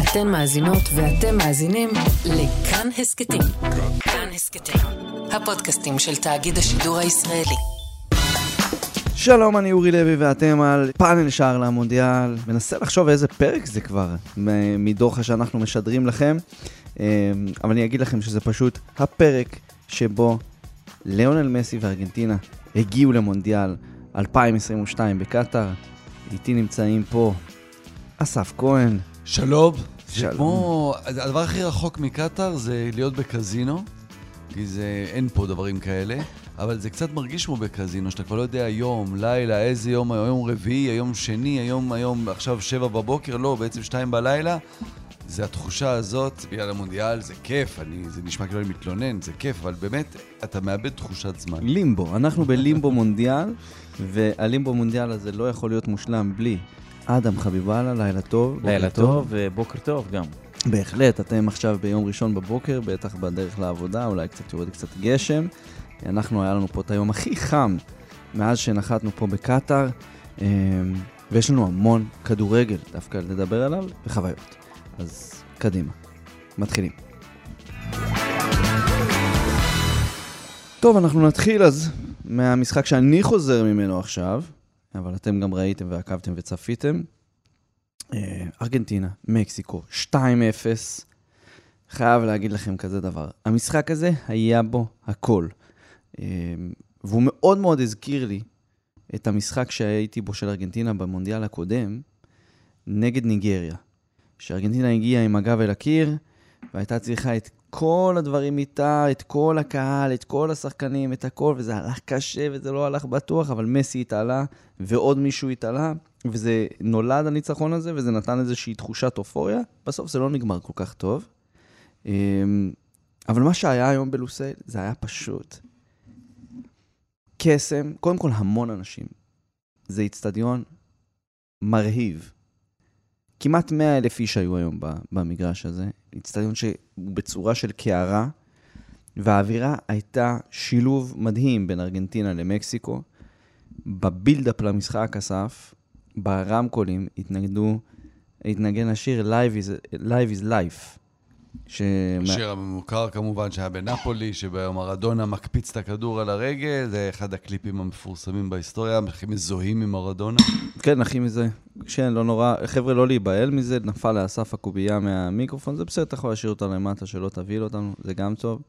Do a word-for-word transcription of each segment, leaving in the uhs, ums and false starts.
אתן מאזינות ואתם מאזינים לכאן הסקטים. כאן הסקטים, הפודקאסטים של תאגיד השידור הישראלי. שלום, אני אורי לוי ואתם על פאנל שער למונדיאל. מנסה לחשוב איזה פרק זה כבר מדוחה שאנחנו משדרים לכם. אבל אני אגיד לכם שזה פשוט הפרק שבו ליאונל מסי וארגנטינה הגיעו למונדיאל אלפיים עשרים ושתיים בקטר. איתי נמצאים פה אסף כהן. שלום. שלום. כמו, הדבר הכי רחוק מקטר זה להיות בקזינו, כי זה, אין פה דברים כאלה, אבל זה קצת מרגיש כמו בקזינו, שאתה כבר לא יודע היום, לילה, איזה יום, היום רביעי, היום שני, היום, היום, עכשיו שבע בבוקר, לא, בעצם שתיים בלילה. זה התחושה הזאת, בגלל המונדיאל, זה כיף, אני, זה נשמע כאילו אני מתלונן, זה כיף, אבל באמת, אתה מאבד תחושת זמן. לימבו, אנחנו בלימבו מונדיאל, והלימבו מונדיאל הזה לא יכול להיות מושלם בלי אדם חביבאללה, לילה טוב. לילה טוב ובוקר טוב גם. בהחלט, אתם עכשיו ביום ראשון בבוקר, בטח בדרך לעבודה, אולי קצת יורד קצת גשם. אנחנו, היה לנו פה את היום הכי חם מאז שנחתנו פה בקטר, ויש לנו המון כדורגל דווקא לדבר עליו וחוויות. אז קדימה, מתחילים. טוב, אנחנו נתחיל אז מהמשחק שאני חוזר ממנו עכשיו, אבל אתם גם ראיתם ועקבתם וצפיתם. ארגנטינה, מקסיקו, שתיים אפס. חייב להגיד לכם כזה דבר. המשחק הזה היה בו הכל. והוא מאוד מאוד הזכיר לי את המשחק שהייתי בו של ארגנטינה במונדיאל הקודם, נגד ניגריה. שארגנטינה הגיעה עם הגב אל הקיר, והייתה צריכה את כל הדברים איתה, את כל הקהל, את כל השחקנים, את הכל, וזה הלך קשה וזה לא הלך בטוח, אבל מסי התעלה, ועוד מישהו התעלה, וזה נולד הניצחון הזה, וזה נתן איזושהי תחושת אופוריה. בסוף זה לא נגמר כל כך טוב. אבל מה שהיה היום בלוסייל, זה היה פשוט קסם, קודם כל המון אנשים. זה אצטדיון מרהיב. כמעט מאה אלף איש היו היום במגרש הזה. אצטדיון שהוא בצורה של קערה, והאווירה הייתה שילוב מדהים בין ארגנטינה למקסיקו. בבילדאפ למשחק אסף, ברמקולים התנגדו, התנגן השיר Live is, Live is Life. ש... השיר המוכר כמובן שהיה בנפולי, שבמרדונה מקפיץ את הכדור על הרגל, זה אחד הקליפים המפורסמים בהיסטוריה, הכי מזוהים עם מרדונה. כן, הכי מזה. כן, לא נורא, חבר'ה לא להיבהל מזה, נפל לאסף הקובייה מהמיקרופון, זה בסדר, אתה יכול להשאיר אותה למטה שלא תביל אותנו, זה גם טוב.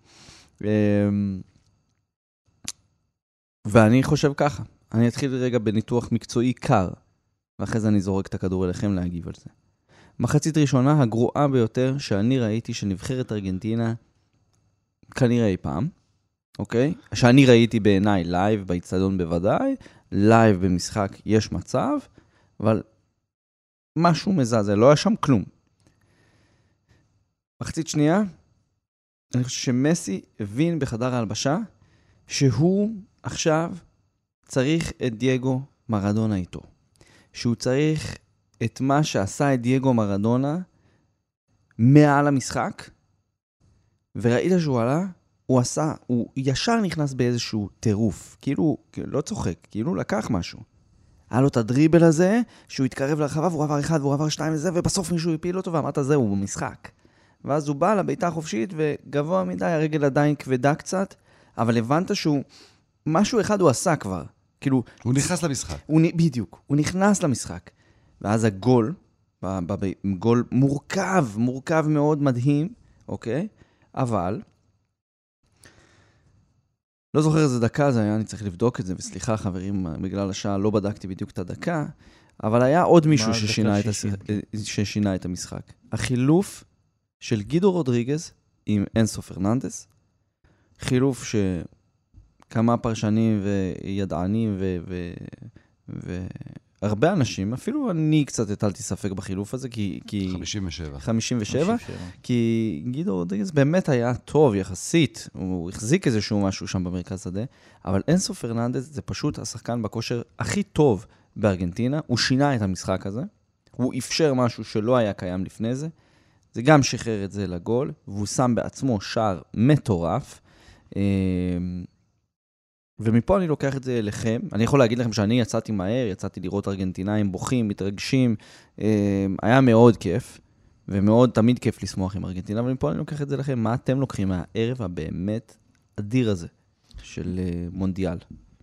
ואני חושב ככה, אני אתחיל רגע בניתוח מקצועי קר, ואחרי זה אני זורק את הכדור אליכם להגיב על זה. מחצית ראשונה הגרועה ביותר שאני ראיתי שנבחרת ארגנטינה כנראה אי פעם, אוקיי? שאני ראיתי בעיניי לייב באצטדיון בוודאי, לייב במשחק יש מצב, אבל משהו מזעזע, לא היה שם כלום. מחצית שנייה, אני חושב שמסי הבין בחדר ההלבשה שהוא עכשיו צריך את דייגו מרדונה איתו. שהוא צריך את מה שעשה את דייגו מרדונה מעל המשחק, וראית שהוא עלה, הוא עשה, הוא ישר נכנס באיזשהו טירוף, כאילו, לא צוחק, כאילו לקח משהו. היה לו את הדריבל הזה, שהוא התקרב לרחבה, והוא עבר אחד, והוא עבר שתיים וזה, ובסוף מישהו הפיל אותו, ואמרת זהו, הוא במשחק. ואז הוא בא לביתה חופשית, וגבוה מדי, הרגל עדיין כבדה קצת, אבל הבנת שהוא, משהו אחד הוא עשה כבר. כאילו... הוא נכנס למשחק. הוא, בדיוק, הוא נכנס למשחק. ואז הגול, גול מורכב, מורכב מאוד מדהים, אוקיי? אבל, לא זוכר איזה דקה זה היה, אני צריך לבדוק את זה, וסליחה חברים, בגלל השעה לא בדקתי בדיוק את הדקה, אבל היה עוד מישהו ששינה את, הש... ששינה את המשחק. החילוף של גידו רודריגז עם אנסו פרננדס, חילוף שכמה פרשנים וידענים ו... ו... ו... הרבה אנשים, אפילו אני קצת הטלתי ספק בחילוף הזה, כי... כי חמישים ושבע. חמישים ושבע, כי גידו רודריגז באמת היה טוב יחסית, הוא החזיק איזשהו משהו שם במרכז הזה, אבל אנסו פרננדס זה פשוט השחקן בכושר הכי טוב בארגנטינה, הוא שינה את המשחק הזה, הוא אפשר משהו שלא היה קיים לפני זה, זה גם שחרר את זה לגול, והוא שם בעצמו שער מטורף, ומפה אני לוקח את זה אליכם. אני יכול להגיד לכם שאני יצאתי מהר, יצאתי לראות ארגנטינאים בוכים, מתרגשים, היה מאוד כיף, ומאוד תמיד כיף לשמוח עם ארגנטינה, אבל מפה אני לוקח את זה לכם, מה אתם לוקחים מהערב הבאמת אדיר הזה של מונדיאל?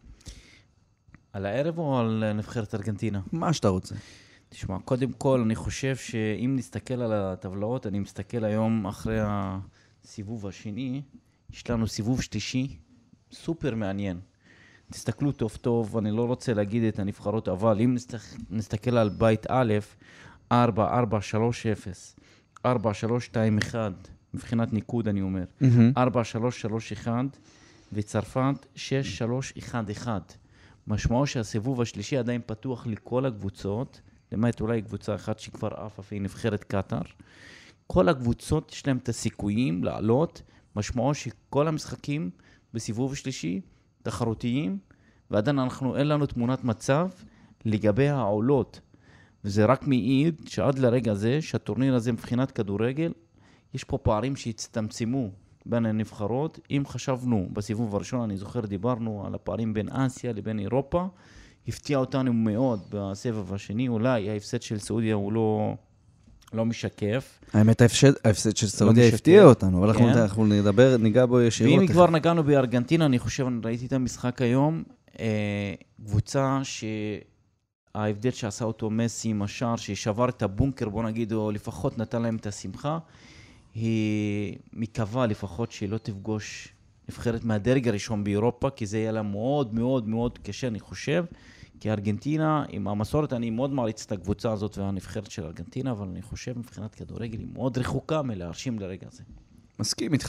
על הערב או על נבחרת ארגנטינה? מה שאתה רוצה. תשמע, קודם כל, אני חושב שאם נסתכל על הטבלאות, אני מסתכל היום אחרי הסיבוב השני, יש לנו סיבוב שלישי, סופר מעניין. תסתכלו טוב טוב, אני לא רוצה להגיד את הנבחרות, אבל אם נסתכל על בית א', ארבע ארבע שלוש אפס, ארבע שלוש שתיים אחת, מבחינת ניקוד אני אומר, ארבע שלוש שלוש אחת, וצרפת שש שלוש אחת אחת. משמעו שהסיבוב השלישי עדיין פתוח לכל הקבוצות, למעט אולי קבוצה אחת שכבר אף אף היא נבחרת קטר. כל הקבוצות יש להם את הסיכויים לעלות, משמעו שכל המשחקים בסיבוב השלישי תחרותיים, ועדיין אנחנו, אין לנו תמונת מצב לגבי העולות. וזה רק מעיד שעד לרגע זה, שהטורניר הזה מבחינת כדורגל, יש פה פערים שהצטמצמו בין הנבחרות. אם חשבנו בסיבוב הראשון, אני זוכר, דיברנו על הפערים בין אסיה לבין אירופה, הפתיע אותנו מאוד בסבב השני, אולי ההפסד של סעודיה הוא לא, לא משקף. האמת, ההפסד של סעודיה הפתיע אותנו, אבל כן. אנחנו נדבר, ניגע בו ישירות. ואם כבר נגענו בארגנטינה, אני חושב, אני ראיתי את המשחק היום, אה, קבוצה שההבדל שעשה אותו מסי עם השער, ששבר את הבונקר, בוא נגיד, או לפחות נתן להם את השמחה, היא מקווה לפחות שהיא לא תפגוש נבחרת מהדרג הראשון באירופה, כי זה יהיה לה מאוד מאוד מאוד קשה, אני חושב. כי ארגנטינה, עם המסורת, אני מאוד מעריץ את הקבוצה הזאת והנבחרת של ארגנטינה, אבל אני חושב מבחינת כדורגל היא מאוד רחוקה מלהרשים לרגע הזה. מסכים איתך.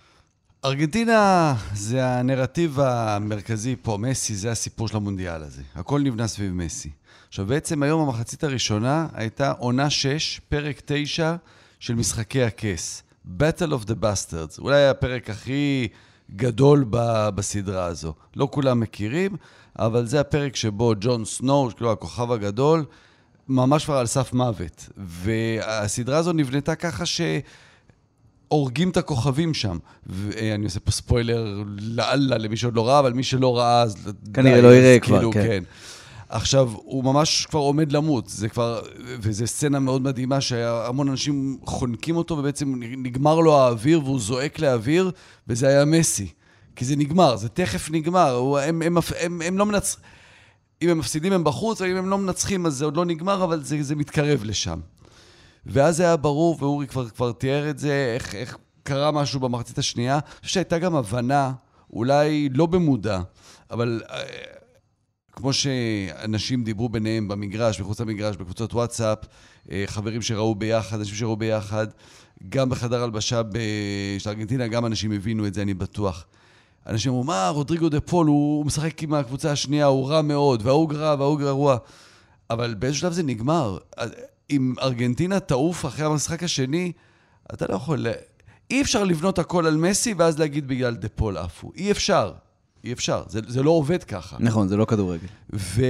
ארגנטינה זה הנרטיב המרכזי פה, מסי, זה הסיפור של המונדיאל הזה. הכל נבנה סביב מסי. עכשיו בעצם היום המחצית הראשונה הייתה עונה שש, פרק תשע של משחקי הכס. Battle of the Bastards. אולי הפרק הכי גדול ב- בסדרה הזו. לא כולם מכירים, אבל זה הפרק שבו ג'ון סנואו, כאילו הכוכב הגדול, ממש כבר על סף מוות. והסדרה הזו נבנתה ככה שהורגים את הכוכבים שם. ואני עושה פה ספוילר לאללה למי שעוד לא ראה, אבל מי שלא ראה אז... כנראה לא יראה כבר, כאילו, כן. כן. עכשיו, הוא ממש כבר עומד למות, זה כבר, וזו סצנה מאוד מדהימה שהמון אנשים חונקים אותו ובעצם נגמר לו האוויר והוא זועק לאוויר, וזה היה מסי. כי זה נגמר, זה תכף נגמר, הוא, הם, הם, הם, הם לא מנצחים, אם הם מפסידים הם בחוץ, ואם הם לא מנצחים אז זה עוד לא נגמר, אבל זה, זה מתקרב לשם. ואז זה היה ברור, ואורי כבר, כבר תיאר את זה, איך, איך קרה משהו במחצית השנייה, אני חושב שהייתה גם הבנה, אולי לא במודע, אבל... כמו שאנשים דיברו ביניהם במגרש, בחוץ למגרש, בקבוצות וואטסאפ, חברים שראו ביחד, אנשים שראו ביחד, גם בחדר הלבשה של ארגנטינה, גם אנשים הבינו את זה, אני בטוח. אנשים אמרו, מה, רודריגו דה פול, הוא משחק עם הקבוצה השנייה, הוא רע מאוד, והוא גרע, והוא גרוע. אבל באיזשהו שלב זה נגמר. אם ארגנטינה תעוף אחרי המשחק השני, אתה לא יכול... אי אפשר לבנות הכל על מסי, ואז להגיד בגלל דה פול עפו. אי אפשר. אי אפשר, זה, זה לא עובד ככה. נכון, זה לא כדורגל. ו...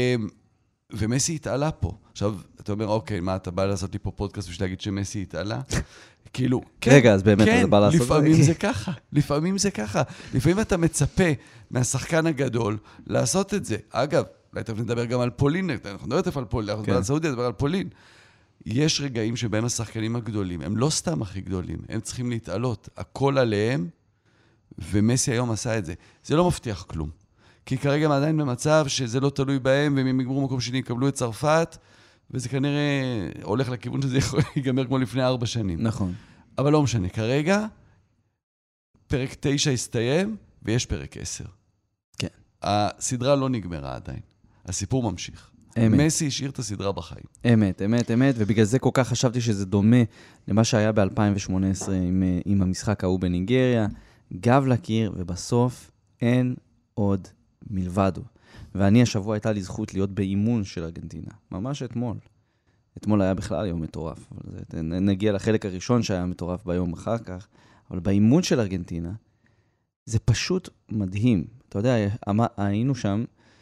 ומסי התעלה פה. עכשיו, אתה אומר, אוקיי, מה, אתה בא לעשות לי פה פודקאסט בשביל להגיד שמסי התעלה? כאילו, כן, רגע, אז באמת, כן, אתה בא לעשות לפעמים זה ככה, לפעמים זה ככה. לפעמים אתה מצפה מהשחקן הגדול לעשות את זה. אגב, אולי תכף נדבר גם על פולין, אנחנו נדבר תכף על פולין, אנחנו נדבר על סעודיה, נדבר על פולין. יש רגעים שבהם השחקנים הגדולים, הם לא סתם הכי גדולים, הם צריכים להתעלות. הכל עליהם, ומסי היום עשה את זה. זה לא מבטיח כלום. כי כרגע הם עדיין במצב שזה לא תלוי בהם, והם אם יגמרו מקום שני, יקבלו את צרפת, וזה כנראה הולך לכיוון שזה יכול להיגמר כמו לפני ארבע שנים. נכון. אבל לא משנה. כרגע, פרק תשע הסתיים, ויש פרק עשר. כן. הסדרה לא נגמרה עדיין. הסיפור ממשיך. אמת. מסי השאיר את הסדרה בחיים. אמת, אמת, אמת, ובגלל זה כל כך חשבתי שזה דומה למה שהיה ב-אלפיים שמונה עשרה עם, עם המשחק ההוא בניגריה, גב לקיר, ובסוף אין עוד מלבדו. ואני השבוע הייתה לי זכות להיות באימון של ארגנטינה. ממש אתמול. אתמול היה בכלל יום מטורף. אבל זה, נגיע לחלק הראשון שהיה מטורף ביום אחר כך. אבל באימון של ארגנטינה, זה פשוט מדהים. אתה יודע, היינו שם,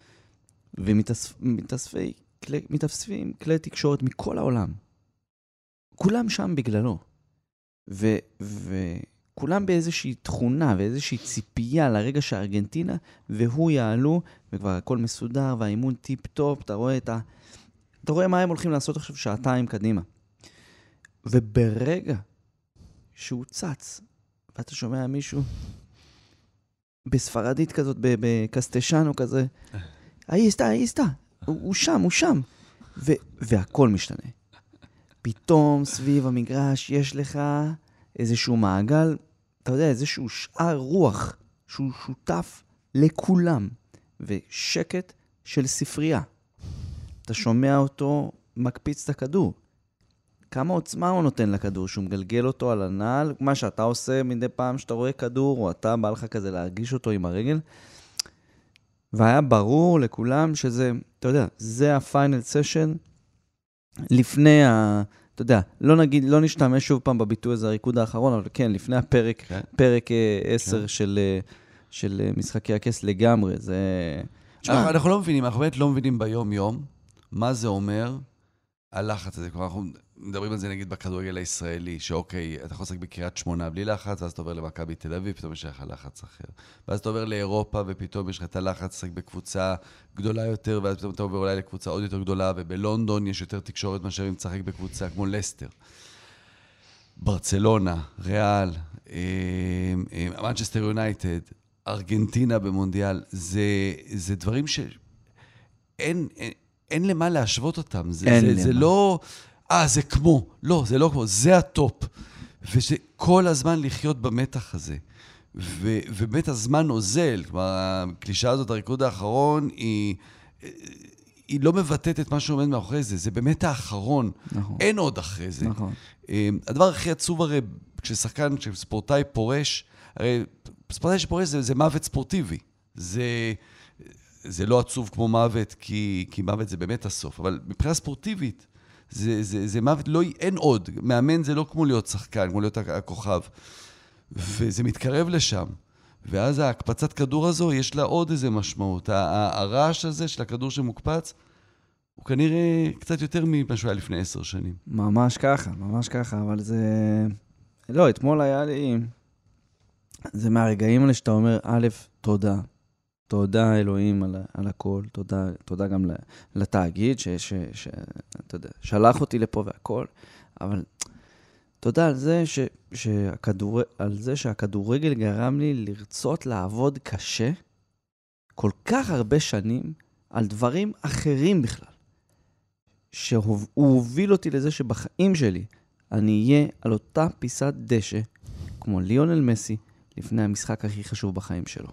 ומתאספים כלי, כלי תקשורת מכל העולם. כולם שם בגללו. ו... ו כולם באיזושהי תכונה ואיזושהי ציפייה לרגע שהארגנטינה והוא יעלו, וכבר הכל מסודר והאימון טיפ טופ, אתה רואה את ה... אתה רואה מה הם הולכים לעשות עכשיו שעתיים קדימה. וברגע שהוא צץ, ואתה שומע מישהו בספרדית כזאת, בקסטשנו כזה, אייסטה, אייסטה, הוא, הוא שם, הוא שם. ו- והכל משתנה. פתאום סביב המגרש יש לך איזשהו מעגל, אתה יודע, איזשהו שאר רוח, שהוא שותף לכולם, ושקט של ספרייה. אתה שומע אותו מקפיץ את הכדור. כמה עוצמה הוא נותן לכדור, שהוא מגלגל אותו על הנעל, מה שאתה עושה מדי פעם שאתה רואה כדור, או אתה בא לך כזה להרגיש אותו עם הרגל. והיה ברור לכולם שזה, אתה יודע, זה הפיינל סשן, לפני ה... אתה יודע, לא נגיד, לא נשתמש שוב פעם בביטוי הזה, הריקוד האחרון, אבל כן, לפני הפרק, כן. פרק עשר כן. של, של משחקי הכס לגמרי, זה... אנחנו, אנחנו לא מבינים, אנחנו באמת לא מבינים ביום-יום, מה זה אומר הלחץ הזה. כלומר, אנחנו מדברים על זה נגיד בכדורגל הישראלי, שאוקיי, אתה יכול לשחק בקריית שמונה בלי לחץ, ואז אתה עובר למכבי תל אביב, פתאום יש לך לחץ אחר. ואז אתה עובר לאירופה, ופתאום יש לך את הלחץ לשחק בקבוצה גדולה יותר, ואז פתאום אתה עובר אולי לקבוצה עוד יותר גדולה, ובלונדון יש יותר תקשורת מאשר אם תשחק בקבוצה כמו לסטר. ברצלונה, ריאל, מנצ'סטר יונייטד, ארגנטינה במונדיאל, זה, זה דברים שאין, אין, אין למה להשוות אותם. זה, זה, זה לא, אה, זה כמו, לא, זה לא כמו, זה הטופ. וזה כל הזמן לחיות במתח הזה. ו, ובאמת הזמן עוזל, כלומר, הקלישה הזאת, הריקוד האחרון, היא, היא לא מבטאת את מה שעומד מאחורי זה, זה באמת האחרון. נכון. אין עוד אחרי זה. נכון. הדבר הכי עצוב הרי, כששחקן, כשספורטאי פורש, הרי ספורטאי שפורש זה, זה מוות ספורטיבי. זה, זה לא עצוב כמו מוות, כי, כי מוות זה באמת הסוף. אבל מבחינה ספורטיבית, זה, זה, זה מוות, לא, אין עוד. מאמן זה לא כמו להיות שחקן, כמו להיות הכוכב. וזה מתקרב לשם. ואז ההקפצת כדור הזו, יש לה עוד איזה משמעות. הרעש הזה של הכדור שמוקפץ, הוא כנראה קצת יותר ממה שהוא היה לפני עשר שנים. ממש ככה, ממש ככה, אבל זה... לא, אתמול היה לי... זה מהרגעים האלה שאתה אומר, א', תודה. תודה אלוהים על, על הכל, תודה, תודה גם לתאגיד, ש, ש, ש, אתה יודע, שלח אותי לפה והכל, אבל תודה על זה, ש, שהכדור, על זה שהכדורגל גרם לי לרצות לעבוד קשה, כל כך הרבה שנים, על דברים אחרים בכלל. שהוא הוביל אותי לזה שבחיים שלי, אני אהיה על אותה פיסת דשא, כמו ליונל מסי, לפני המשחק הכי חשוב בחיים שלו.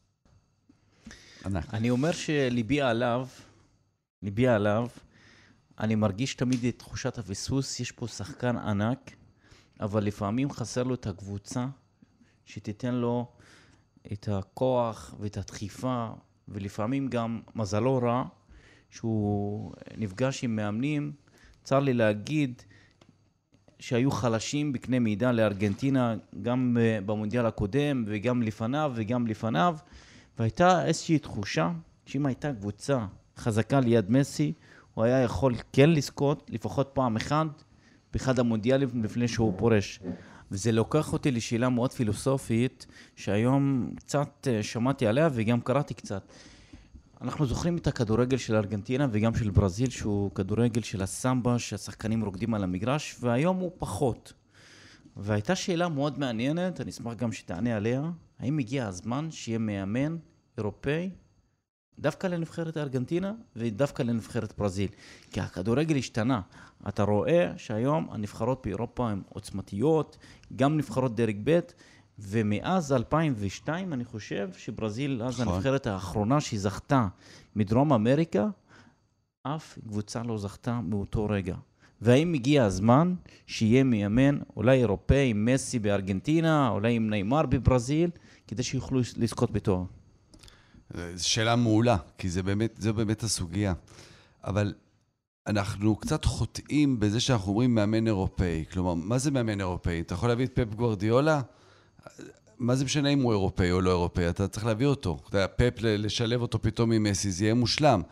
אני אומר שליבי עליו, ליבי עליו, אני מרגיש תמיד את תחושת הביסוס, יש פה שחקן ענק, אבל לפעמים חסר לו את הקבוצה, שתיתן לו את הכוח ואת הדחיפה, ולפעמים גם מזלו רע, שהוא נפגש עם מאמנים, צר לי להגיד, שהיו חלשים בקנה מידה לארגנטינה, גם במונדיאל הקודם, וגם לפניו, וגם לפניו, והייתה איזושהי תחושה, שאם הייתה קבוצה חזקה ליד מסי, הוא היה יכול כן לזכות, לפחות פעם אחת, באחד המונדיאלים לפני שהוא פורש. וזה לוקח אותי לשאלה מאוד פילוסופית, שהיום קצת שמעתי עליה וגם קראתי קצת. אנחנו זוכרים את הכדורגל של ארגנטינה וגם של ברזיל, שהוא כדורגל של הסמבה, שהשחקנים רוקדים על המגרש, והיום הוא פחות. והייתה שאלה מאוד מעניינת, אני אשמח גם שתענה עליה, האם הגיע הזמן שיהיה מאמן אירופאי, דווקא לנבחרת ארגנטינה ודווקא לנבחרת ברזיל? כי הכדורגל השתנה. אתה רואה שהיום הנבחרות באירופה הן עוצמתיות, גם נבחרות דרג ב', ומאז אלפיים ושתיים אני חושב שברזיל, אז הנבחרת האחרונה שזכתה מדרום אמריקה, אף קבוצה לא זכתה מאותו רגע. והאם הגיע הזמן שיהיה מאמן, אולי אירופאי, מסי בארגנטינה, אולי עם ניימר בברזיל, כדי שיוכלו לזכות בתואר? זו שאלה מעולה, כי זה באמת, זה באמת הסוגיה. אבל אנחנו קצת חוטאים בזה שאנחנו אומרים מאמן אירופאי. כלומר, מה זה מאמן אירופאי? אתה יכול להביא את פפ גוארדיולה? מה זה משנה אם הוא אירופאי או לא אירופאי? אתה צריך להביא אותו. אתה יודע, פפ לשלב אותו פתאום עם מסי, זה יהיה מושלם.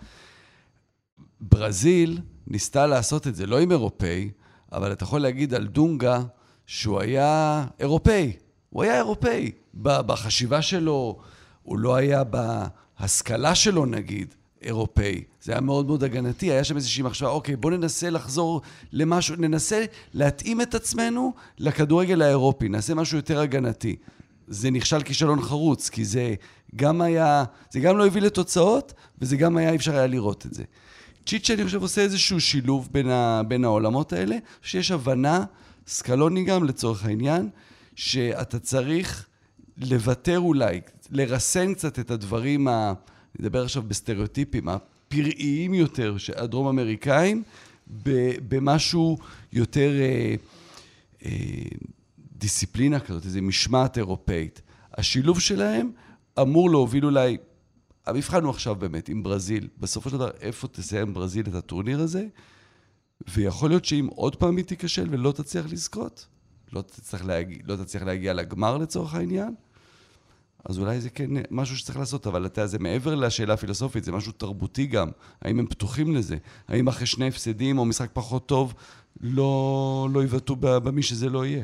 ברזיל ניסתה לעשות את זה, לא עם אירופאי, אבל אתה יכול להגיד על דונגה שהוא היה אירופאי. הוא היה אירופאי. בחשיבה שלו, הוא לא היה בהשכלה שלו נגיד, אירופאי. זה היה מאוד מאוד הגנתי, היה שם איזושהי מחשבה, אוקיי, בוא ננסה לחזור למשהו, ננסה להתאים את עצמנו לכדורגל האירופי, נעשה משהו יותר הגנתי. זה נכשל כישלון חרוץ, כי זה גם היה, זה גם לא הביא לתוצאות, וזה גם היה, אי אפשר היה לראות את זה. צ'יצ'ה, אני חושב, עושה איזשהו שילוב בין, ה, בין העולמות האלה, שיש הבנה, סקלוני גם לצורך העניין, שאתה צריך לוותר אולי, לרסן קצת את הדברים, ה, נדבר עכשיו בסטריאוטיפים, הפראיים יותר, הדרום אמריקאים, במשהו יותר אה, אה, דיסציפלינה כזאת, איזו משמעת אירופאית. השילוב שלהם אמור להוביל אולי, המבחן הוא עכשיו באמת עם ברזיל, בסופו של דבר איפה תסיים ברזיל את הטורניר הזה, ויכול להיות שאם עוד פעם היא תיכשל ולא תצליח לזכות, לא תצליח להגיע, לא תצליח להגיע לגמר לצורך העניין, אז אולי זה כן משהו שצריך לעשות, אבל אתה, זה מעבר לשאלה הפילוסופית, זה משהו תרבותי גם. האם הם פתוחים לזה? האם אחרי שני הפסדים או משחק פחות טוב, לא, לא יבטאו במי שזה לא יהיה?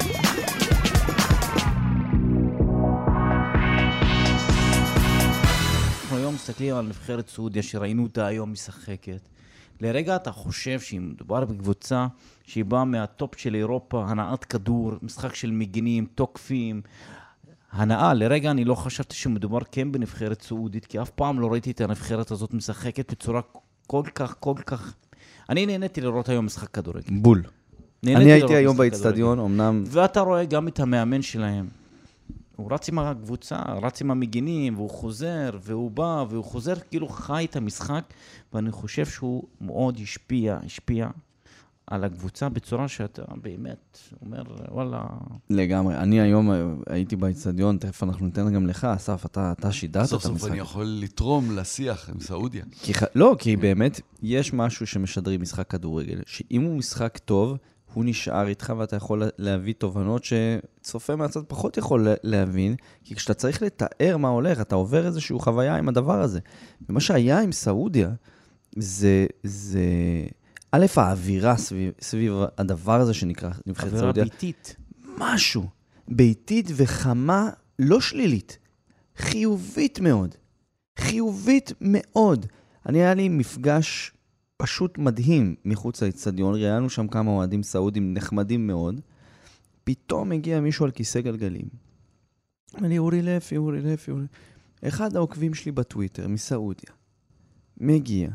אנחנו היום מסתכלים על נבחרת סעודיה שראינו אותה היום משחקת. לרגע אתה חושב שהיא מדובר בקבוצה שהיא באה מהטופ של אירופה, הנעת כדור, משחק של מגינים, תוקפים, הנאה. לרגע אני לא חשבתי שמדובר כן בנבחרת סעודית, כי אף פעם לא ראיתי את הנבחרת הזאת משחקת בצורה כל כך, כל כך... אני נהניתי לראות היום משחק כדורגל. בול. אני הייתי היום באצטדיון, אמנם... ואתה רואה גם את המאמן שלהם. הוא רץ עם הקבוצה, רץ עם המגינים, והוא חוזר, והוא בא, והוא חוזר, כאילו חי את המשחק, ואני חושב שהוא מאוד השפיע, השפיע על הקבוצה בצורה שאתה באמת אומר, וואלה... לגמרי. אני היום הייתי באצטדיון, תכף אנחנו ניתן גם לך, אסף, אתה, אתה שידעת את המשחק. סוף סוף אני יכול לתרום לשיח עם סעודיה. כי, לא, כי באמת יש משהו שמשדרים משחק כדורגל, שאם הוא משחק טוב, הוא נשאר איתך ואתה יכול להביא תובנות שצופה מהצד פחות יכול להבין, כי כשאתה צריך לתאר מה הולך, אתה עובר איזושהי חוויה עם הדבר הזה. ומה שהיה עם סעודיה, זה, זה א', האווירה סביב, סביב הדבר הזה שנקרא נבחרת סעודיה. אווירה ביתית. משהו. ביתית וחמה, לא שלילית. חיובית מאוד. חיובית מאוד. אני היה לי מפגש פשוט מדהים מחוץ לאצטדיון, ראינו שם כמה אוהדים סעודים נחמדים מאוד, פתאום הגיע מישהו על כיסא גלגלים. אני אורי לפי, אורי לפי, אורי... אחד העוקבים שלי בטוויטר, מסעודיה, מגיע.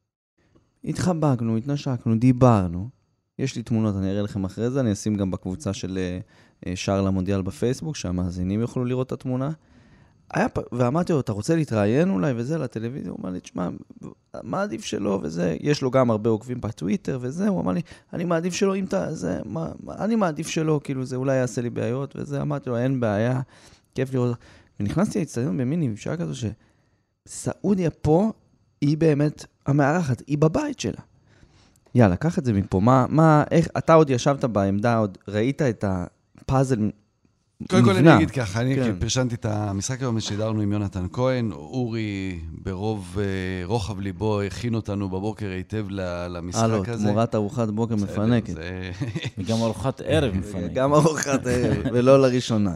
התחבקנו, התנשקנו, דיברנו. יש לי תמונות, אני אראה לכם אחרי זה, אני אשים גם בקבוצה של שער למונדיאל בפייסבוק, שהמאזינים יוכלו לראות את התמונה. היה, ואמרתי לו, אתה רוצה להתראיין אולי וזה לטלוויזיה? הוא אמר לי, תשמע, מה עדיף שלו וזה? יש לו גם הרבה עוקבים בטוויטר וזה, הוא אמר לי, אני מעדיף שלו אם אתה, זה, מה, אני מעדיף שלו, כאילו זה אולי יעשה לי בעיות וזה, אמרתי לו, אין בעיה, כיף לראות. ונכנסתי להצטדיון במיני, בשעה כזו שסעודיה פה, היא באמת המארחת, היא בבית שלה. יאללה, קח את זה מפה, מה, מה, איך, אתה עוד ישבת בעמדה, עוד ראית את הפאזל קודם כל אני אגיד ככה, אני פרשנתי את המשחק היום ששידרנו עם יונתן כהן, אורי ברוב רוחב ליבו הכין אותנו בבוקר היטב למשחק הזה. הלו, תמורת ארוחת בוקר מפנקת. וגם ארוחת ערב מפנקת. גם ארוחת ערב, ולא לראשונה.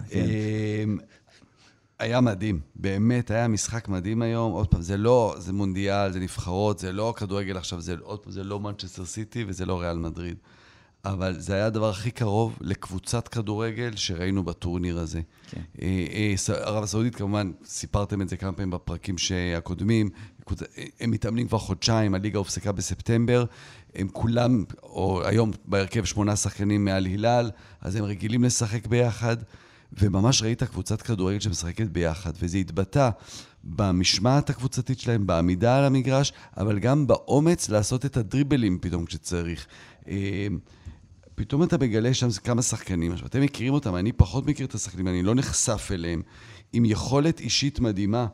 היה מדהים, באמת היה משחק מדהים היום, עוד פעם, זה לא, זה מונדיאל, זה נבחרות, זה לא כדורגל עכשיו, עוד פעם, זה לא מנצ'סטר סיטי וזה לא ריאל מדריד. אבל זה היה הדבר הכי קרוב לקבוצת כדורגל שראינו בטורניר הזה. כן. ערב הסעודית, כמובן, סיפרתם את זה כמה פעמים בפרקים הקודמים, הם מתאמנים כבר חודשיים, הליגה הופסקה בספטמבר, הם כולם, או היום בהרכב שמונה שחקנים מעל הילל, אז הם רגילים לשחק ביחד, וממש ראית קבוצת כדורגל שמשחקת ביחד, וזה התבטא במשמעת הקבוצתית שלהם, בעמידה על המגרש, אבל גם באומץ לעשות את הדריבלים פתאום כשצריך. פתאום אתה מגלה שם כמה שחקנים, עכשיו, אתם מכירים אותם, אני פחות מכיר את השחקנים, אני לא נחשף אליהם, עם יכולת אישית מדהימה.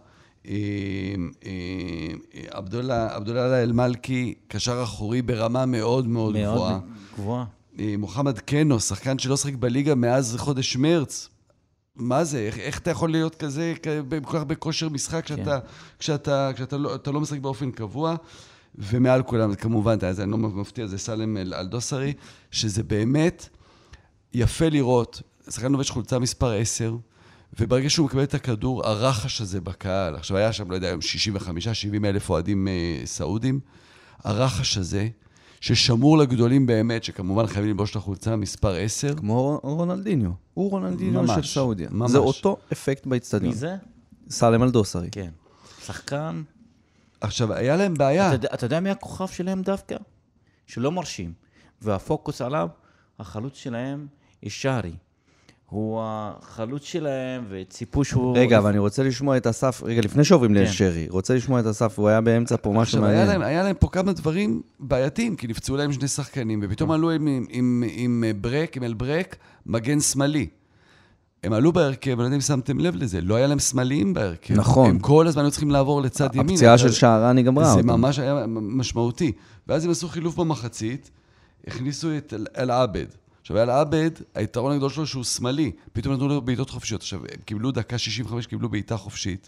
עבדולה, עבדולה אל-מלכי, קשר אחורי ברמה מאוד מאוד גבוהה. מאוד גבוהה. מוחמד קנו, שחקן שלא שחק בליגה מאז חודש מרץ. מה זה? איך, איך אתה יכול להיות כזה, כל כך בכושר משחק, כשאתה, כשאתה, כשאתה לא, אתה לא משחק באופן קבוע? ומעל כולם, כמובן, זה אני לא מפתיע, זה סלם אל-דוסרי, שזה באמת יפה לראות, שחקן לובש חולצה מספר עשר, וברגע שהוא מקבל את הכדור, הרחש הזה בקהל, עכשיו היה שם, לא יודע, שישים וחמישה שבעים אלף אוהדים סעודים, הרחש הזה, ששמור לגדולים באמת, שכמובן חייבים ללבוש את החולצה מספר עשר. כמו רונלדיניו. הוא רונלדיניו של סעודיה. ממש. זה אותו אפקט באצטדיון. מי זה? סלם אלדוסרי. כן. שחקן. עכשיו, היה להם בעיה. אתה, אתה יודע מי הכוכב שלהם דווקא? שלא מרשים. והפוקוס עליו, החלוץ שלהם, ישרי. הוא החלוץ שלהם, וציפו שהוא... רגע, אבל אני רוצה לשמוע את אסף, רגע, לפני שעוברים כן. לשרי, רוצה לשמוע את אסף, הוא היה באמצע פה משהו עכשיו, מעניין. היה להם, היה להם פה כמה דברים בעייתיים, כי נפצעו להם שני שחקנים, ופתאום עלו עם, עם, עם, עם ברק, עם אלברק, מגן שמאלי. הם עלו בהרכב, אני לא יודע אם שמתם לב לזה, לא היה להם שמאליים בהרכב. נכון. הם כל הזמן היו צריכים לעבור לצד ימין. הפציעה של שערני גמרה זה אותם. ממש היה משמעותי. ואז הם עשו חילוף במחצית, הכניסו את אל-עבד. עכשיו, אל-עבד, היתרון הגדול שלו שהוא שמאלי. פתאום נתנו לו בעיטות חופשיות. עכשיו, הם קיבלו דקה שישים וחמש, קיבלו בעיטה חופשית.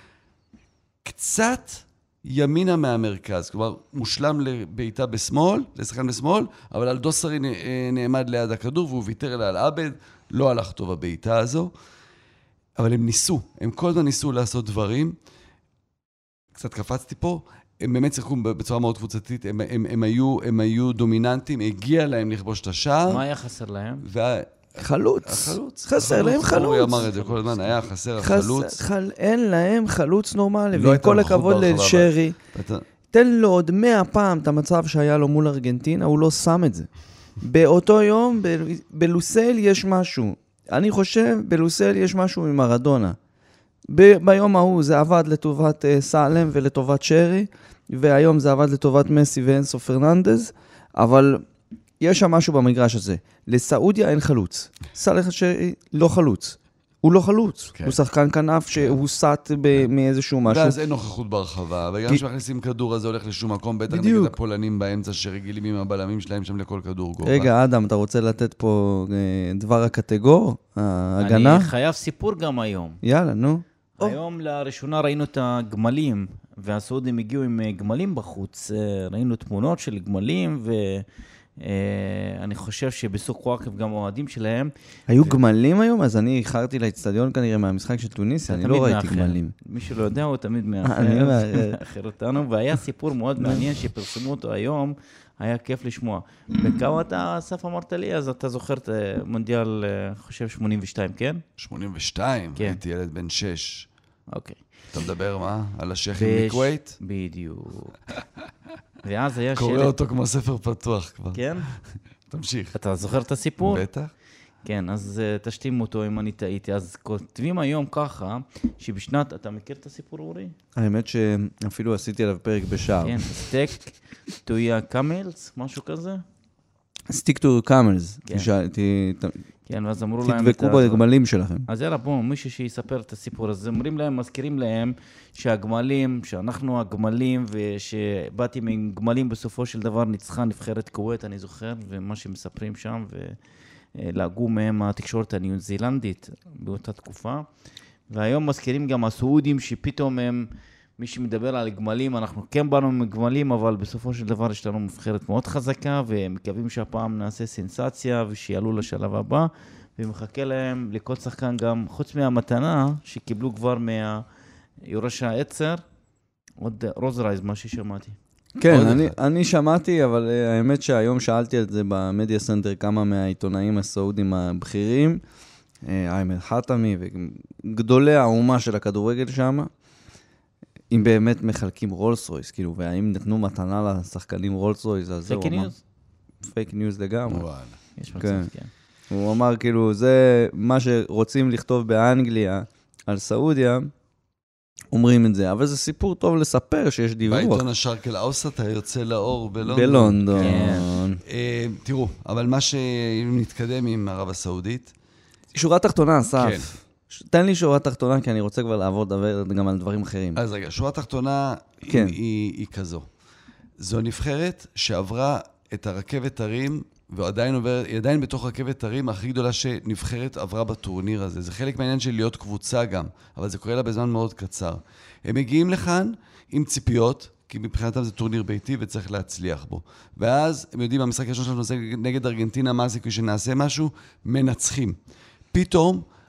קצת ימינה מהמרכז. כלומר, מושלם לבעיטה בשמאל, לשחקן בשמאל, אבל אלדוסרי נעמד ליד הכדור, והוא ויתר אל אל-עבד. לא הלך טוב הבעיטה הזו. אבל הם ניסו. הם כל הזמן ניסו לעשות דברים. קצת קפצתי פה. הם באמת שיחקו בצורה מאוד קבוצתית, הם, הם, הם, היו, הם היו דומיננטים, הגיע להם לכבוש את השער. מה היה חסר להם? וה... חלוץ. החלוץ. חסר להם חלוץ. אורי אמר את זה כל הזמן, היה חסר החלוץ. חל... אין להם חלוץ נורמלי, לא ועם כל הכבוד לשרי, אתה... תן לו עוד מאה פעם את המצב שהיה לו מול ארגנטינה, הוא לא שם את זה. באותו יום, ב... בלוסל יש משהו. אני חושב, בלוסל יש משהו ממרדונה. ב... ביום ההוא זה עבד לטובת uh, סלם ולטובת שרי, והיום זה עבד לטובת מסי ואנסו פרננדז, אבל יש שם משהו במגרש הזה. לסעודיה אין חלוץ. סלח שרי לא חלוץ. הוא לא חלוץ. כן. הוא שחקן כנף שהוא סט ב- מאיזשהו משהו. ואז אין נוכחות ברחבה, וגם כי... שמכניסים כדור הזה הולך לשום מקום, בטח בדיוק. נגד הפולנים באמצע שרגילים עם הבלמים שלהם שם לכל כדור גובה. רגע, אדם, אתה רוצה לתת פה אה, דבר הקטגור? ההגנה? אני חייב סיפור גם היום. יאללה, נו. היום לראשונה ראינו את הגמלים, והסעודים הגיעו עם גמלים בחוץ. ראינו תמונות של גמלים, ואני חושב שבסוק וואקף גם האוהדים שלהם. היו גמלים היום? אז אני איחרתי לאצטדיון כנראה מהמשחק של טוניסיה, אני לא ראיתי גמלים. מי שלא יודע, הוא תמיד מאחר אותנו, והיה סיפור מאוד מעניין שפרסמו אותו היום, היה כיף לשמוע. בכמה אתה, אסף, אמרת לי, אז אתה זוכר את מונדיאל, חושב, שמונים ושתיים, כן? שמונים ושתיים, כן. הייתי ילד בן שש. אוקיי. אתה מדבר מה? על השייכים בש- מכווית? בדיוק. ואז היה קורא שלט, אותו כמו ספר פתוח כבר. כן? תמשיך. אתה זוכר את הסיפור? בטח. כן, אז uh, תשתימו אותו אם אני טעיתי. אז כותבים היום ככה, שבשנת, אתה מכיר את הסיפור, אורי? האמת שאפילו עשיתי עליו פרק בשער. כן, סטייק, טויה קאמלס, משהו כזה? Stick to camels. כן. תשאלתי, ת- כן, ואז אמרו להם... תדבקו את ה- בגמלים שלכם. אז יאללה, בואו, מישהו שיספר את הסיפור הזה. אומרים להם, מזכירים להם שהגמלים, שאנחנו הגמלים, ושבאתי מגמלים בסופו של דבר ניצחה נבחרת כווית, אני זוכר, ומה שמספרים שם, ולהגו מהם התקשורת הניו זילנדית באותה תקופה. והיום מזכירים גם הסעודים שפתאום הם, מי שמדבר על גמלים, אנחנו כן באנו מגמלים, אבל בסופו של דבר יש לנו מבחרת מאוד חזקה, ומקווים שהפעם נעשה סנסציה, ושיעלו לשלב הבא, ומחכה להם לכל שחקן גם, חוץ מהמתנה, שקיבלו כבר מהיורש העצר, עוד רוזרייז, מה ששמעתי. כן, עוד אני, אחד. אני שמעתי, אבל uh, האמת שהיום שאלתי על זה במדיה סנטר כמה מהעיתונאים הסעודים הבכירים, uh, איימן חתמי וגדולי האומה של הכדורגל שם, אם באמת מחלקים רולס רויס, כאילו, והאם נתנו מתנה לשחקנים רולס רויס, אז זהו. פייק ניוז? פייק ניוז לגמרי. וואלה. יש מצב, כן. כן. הוא אמר, כאילו, זה מה שרוצים לכתוב באנגליה על סעודיה, אומרים את זה, אבל זה סיפור טוב לספר שיש דיווח. בעיתון השרק אל אאוסט היוצא לאור בלונדון. בלונדון. כן. אה, תראו, אבל מה שאם נתקדם עם ערב הסעודית, שורה תחתונה, אסף. כן. ש- תן לי שורה תחתונה, כי אני רוצה כבר לעבור לדבר גם על דברים אחרים. אז רגע, שורה תחתונה כן. היא, היא, היא כזו. זו נבחרת שעברה את הרכבת הרים, ועדיין עובר, היא עדיין בתוך רכבת הרים הכי גדולה שנבחרת עברה בטורניר הזה. זה חלק מהעניין של להיות קבוצה גם, אבל זה קורה לה בזמן מאוד קצר. הם מגיעים לכאן עם ציפיות, כי מבחינתם זה טורניר ביתי וצריך להצליח בו. ואז הם יודעים, המשחק הראשון שלנו נגד ארגנטינה, מה זה כשנעשה משהו? מנצחים. פתאום,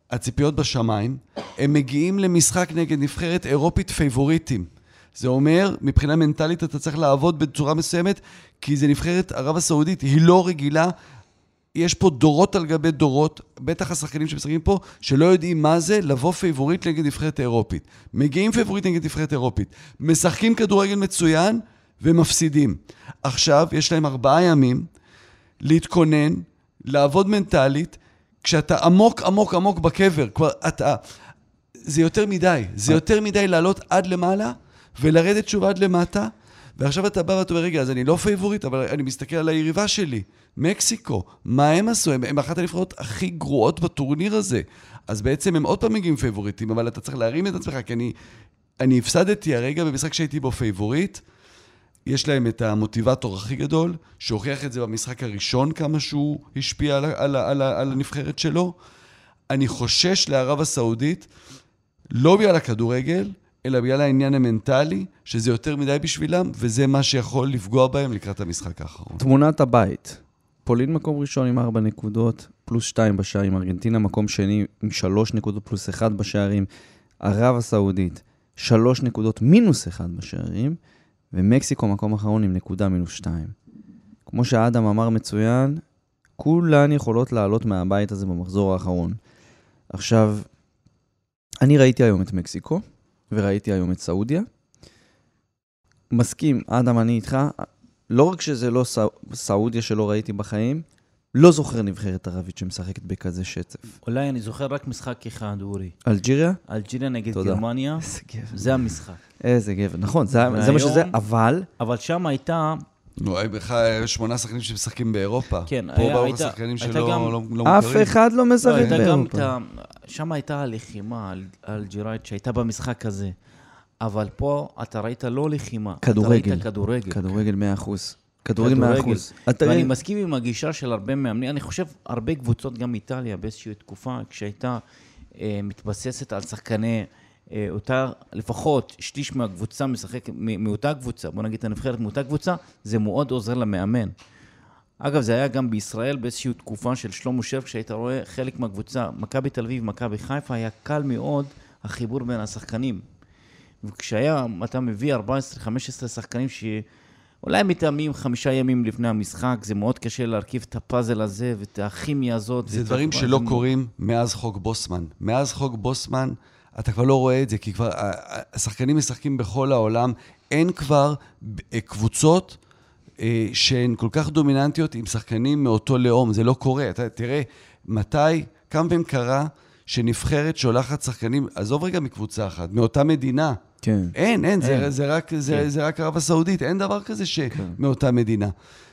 הציפיות בשמיים, הם מגיעים למשחק נגד נבחרת אירופית פייבוריטים. זה אומר, מבחינה מנטלית אתה צריך לעבוד בצורה מסוימת, כי זה נבחרת ערב הסעודית, היא לא רגילה, יש פה דורות על גבי דורות, בטח השחקנים שמשחקים פה, שלא יודעים מה זה לבוא פייבוריט נגד נבחרת אירופית. מגיעים פייבוריט נגד נבחרת אירופית, משחקים כדורגל מצוין ומפסידים. עכשיו יש להם ארבעה ימים להתכונן, לעבוד מנטלית, כשאתה עמוק עמוק עמוק בקבר, כבר אתה, זה יותר מדי, זה יותר מדי לעלות עד למעלה, ולרדת שוב עד למטה, ועכשיו אתה בא ואתה אומר, רגע, אז אני לא פייבוריט, אבל אני מסתכל על היריבה שלי, מקסיקו, מה הם עשו? הם, הם אחת הנבחרות הכי גרועות בטורניר הזה, אז בעצם הם עוד פעם מגיעים פייבוריטים, אבל אתה צריך להרים את עצמך, כי אני, אני הפסדתי הרגע במשחק שהייתי בו פייבוריט, יש להם את המוטיבטור הכי גדול, שהוכיח את זה במשחק הראשון, כמה שהוא השפיע על, על, על, על הנבחרת שלו. אני חושש לערב הסעודית, לא בגלל הכדורגל, אלא בגלל העניין המנטלי, שזה יותר מדי בשבילם, וזה מה שיכול לפגוע בהם לקראת המשחק האחרון. תמונת הבית. פולין מקום ראשון עם ארבע נקודות, פלוס שתיים בשערים. ארגנטינה מקום שני עם שלוש נקודות, פלוס אחד בשערים. ערב הסעודית, שלוש נקודות, מינוס אחד בשערים. ומקסיקו מקום אחרון עם נקודה מינוס שתיים. כמו שהאדם אמר מצוין, כולן יכולות לעלות מהבית הזה במחזור האחרון. עכשיו, אני ראיתי היום את מקסיקו, וראיתי היום את סעודיה. מסכים, אדם, אני איתך, לא רק שזה לא סעודיה שלא ראיתי בחיים, לא זוכר נבחרת ערבית שמשחקת בכזה שצף. אולי אני זוכר רק משחק אחד, אורי. אלג'יריה? אלג'יריה נגד תודה. גרמניה. איזה גבר. זה המשחק. איזה גבר, נכון, זה, זה מה שזה, אבל... אבל שם הייתה... נו, שמונה שחקנים שמשחקים באירופה. כן, פה היה- באו הייתה- שחקנים הייתה שלא גם- לא, לא מוכרים. אף אחד לא לא, משחק הייתה גם באירופה. את ה... שם הייתה הלחימה האלג'יראית שהייתה במשחק הזה. אבל פה אתה ראית לא לחימה. כדורגל. אתה ראית כדורגל. כדורגל מאה אחוז. כדורגל מאה אחוז. ואני מסכים עם הגישה של הרבה מאמנים. אני חושב, הרבה קבוצות, גם איטליה, באיזושהי תקופה, כשהייתה אה, מתבססת על שחקני אה, אותה, לפחות שליש מהקבוצה משחק, מ- מאותה קבוצה, בוא נגיד הנבחרת מאותה קבוצה, זה מאוד עוזר למאמן. אגב, זה היה גם בישראל באיזושהי תקופה של שלמה שרף, כשהיית רואה חלק מהקבוצה, מכבי תל אביב, מכבי חיפה, היה קל מאוד החיבור בין השחקנים. וכשהיה, אתה מביא ארבע עשרה חמש עשרה שחקנים שאולי מתאמים חמישה ימים לפני המשחק, זה מאוד קשה להרכיב את הפאזל הזה ואת הכימיה הזאת. זה דברים שלא זה... קורים מאז חוק בוסמן. מאז חוק בוסמן, אתה כבר לא רואה את זה, כי כבר השחקנים משחקים בכל העולם, אין כבר קבוצות שהן כל כך דומיננטיות עם שחקנים מאותו לאום, זה לא קורה. אתה תראה, מתי, כמה פעמים קרה שנבחרת שולחת שחקנים, עזוב רגע מקבוצה אחת, מאותה מדינה. כן. אין, אין, זה, אין. זה רק, זה, כן. זה רק ערב הסעודית, אין דבר כזה שמאותה מדינה.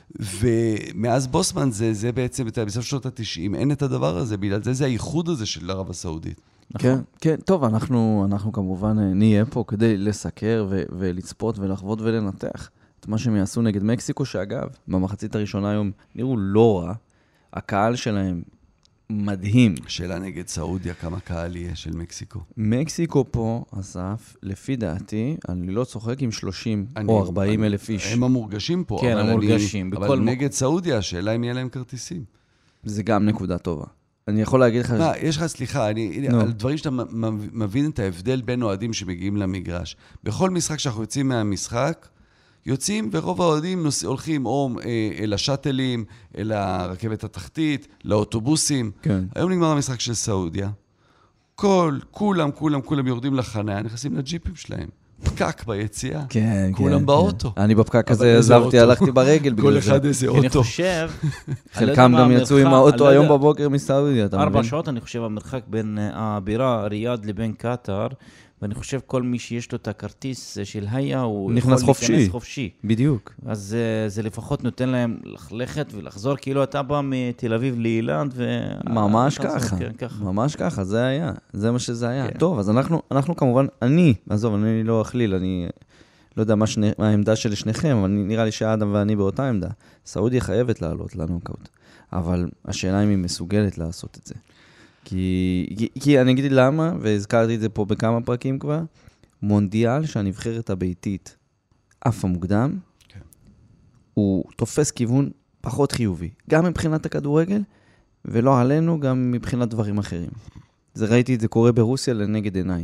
ומאז בוסמן זה, זה בעצם, בסוף שנות ה-תשעים, אין את הדבר הזה, בגלל זה זה הייחוד הזה של ערב הסעודית. כן, כן, טוב, אנחנו, אנחנו כמובן נהיה פה כדי לסקר ו- ולצפות ולחוות ולנתח את מה שהם יעשו נגד מקסיקו, שאגב, במחצית הראשונה היום נראו לא רע, הקהל שלהם מדהים. שאלה נגד סעודיה, כמה קהל יהיה של מקסיקו? מקסיקו פה, אסף, לפי דעתי, אני לא צוחק עם שלושים אני- או ארבעים אני- אלף איש. הם המורגשים פה. כן, אבל אני- המורגשים, בכל אבל מקום. נגד סעודיה, השאלה אם יהיה להם כרטיסים. זה גם נקודה טובה. אני יכול להגיד לך... מה, יש לך, סליחה, אני, נו. על דברים שאתה מ- מ- מבין את ההבדל בין אוהדים שמגיעים למגרש. בכל משחק שאנחנו יוצאים מהמשחק, יוצאים ורוב האוהדים נוס, הולכים או אה, אל השאטלים, אל הרכבת התחתית, לאוטובוסים. כן. היום נגמר המשחק של סעודיה. כל, כולם, כולם, כולם יורדים לחניה, נכנסים לג'יפים שלהם. פקק ביציאה. כן, כולם כן, באוטו. כן. אני בפקק הזה איזה עזבתי, אוטו? הלכתי ברגל בגלל כל זה. אחד איזה אני אוטו. חושב... אני לא יודע חלקם מה גם יצאו עם המרחק, האוטו אני לא היום יודע. בבוקר מסעודיה, אתה ארבע מבין? שעות, אני חושב, המרחק בין אה, הבירה, ריאד לבין קטר, ואני חושב כל מי שיש לו את הכרטיס של היה, הוא נכנס יכול חופשי. להיכנס חופשי. בדיוק. אז אה, זה לפחות נותן להם ללכת ולחזור, כאילו אתה בא מתל אביב לאילנד, ו... ממש אתה חוזר, ככה, כן, ככה. ממש ככה, זה היה, זה מה שזה היה. כן. טוב, אז אנחנו, אנחנו כמובן, אני, עזוב, אני לא אכליל, אני לא יודע מה, שני, מה העמדה של שניכם, אבל נראה לי שאדם ואני באותה עמדה. סעודיה חייבת לעלות לנוקאוט, אבל השאלה אם היא מסוגלת לעשות את זה. כי, כי, כי אני אגיד למה, והזכרתי את זה פה בכמה פרקים כבר, מונדיאל שהנבחרת הביתית אף המוקדם, כן. הוא תופס כיוון פחות חיובי, גם מבחינת הכדורגל, ולא עלינו, גם מבחינת דברים אחרים. זה ראיתי את זה קורה ברוסיה לנגד עיניי.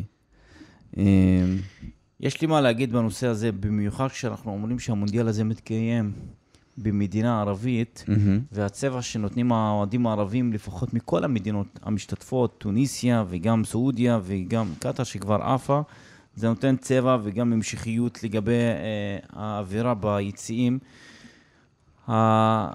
יש לי מה להגיד בנושא הזה, במיוחד כשאנחנו אומרים שהמונדיאל הזה מתקיים במדינה ערבית, והצבע שנותנים האוהדים הערבים, לפחות מכל המדינות המשתתפות, טוניסיה וגם סעודיה וגם קטר שכבר עפה, זה נותן צבע וגם המשכיות לגבי אה, האווירה ביציאים. ה...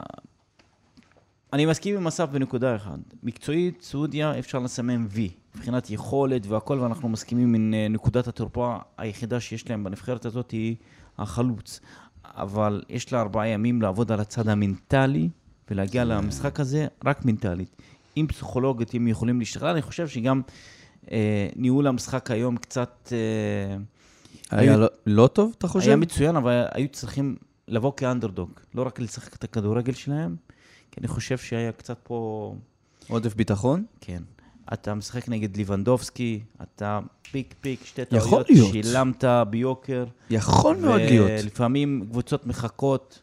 אני מסכים עם אסף בנקודה אחת. מקצועית, סעודיה אפשר לסמן וי, מבחינת יכולת והכל, ואנחנו מסכימים עם נקודת התורפה היחידה שיש להם בנבחרת הזאת היא החלוץ. אבל יש לה ארבעה ימים לעבוד על הצד המנטלי, ולהגיע למשחק הזה רק מנטלית. אם פסיכולוגית הם יכולים להשתחרר, אני חושב שגם אה, ניהול המשחק היום קצת... אה, היה היו, לא, לא טוב, אתה חושב? היה מצוין, אבל היו צריכים לבוא כאנדרדוג, לא רק לשחק את הכדורגל שלהם, כי אני חושב שהיה קצת פה... עודף ביטחון? כן. אתה משחק נגד ליבנדובסקי, אתה פיק פיק, שתי טעויות, שילמת ביוקר. יכול מאוד להיות. ולפעמים קבוצות מחכות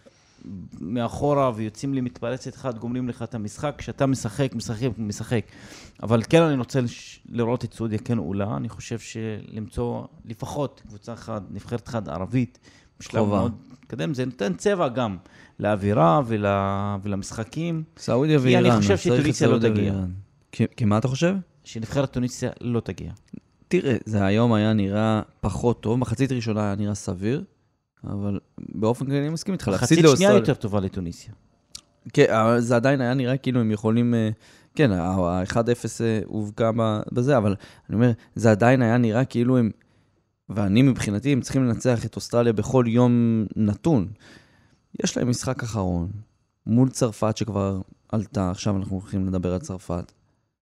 מאחורה ויוצאים לי מתפרצת אחד, גומרים לך את המשחק, כשאתה משחק, משחק, משחק. אבל כן אני רוצה לראות את סעודיה כן עולה, אני חושב שלמצוא לפחות קבוצה אחת, נבחרת אחת ערבית, בשלב מאוד קדם, זה נותן צבע גם לאווירה ול... ולמשחקים. סעודיה ואיראן. כי אני חושב שטוניסיה לא תגיע. כי מה אתה חושב? שנבחרת טוניסיה לא תגיע. תראה, זה היום היה נראה פחות טוב, מחצית ראשונה היה נראה סביר, אבל באופן כללי אני מסכים איתך. מחצית שנייה יותר טובה לטוניסיה. כן, זה עדיין היה נראה כאילו הם יכולים, כן, ה-אחד אפס הובקע בזה, אבל אני אומר, זה עדיין היה נראה כאילו הם, ואני מבחינתי, הם צריכים לנצח את אוסטרליה בכל יום נתון. יש להם משחק אחרון, מול צרפת שכבר עלתה, עכשיו אנחנו הולכים לדבר על צרפת.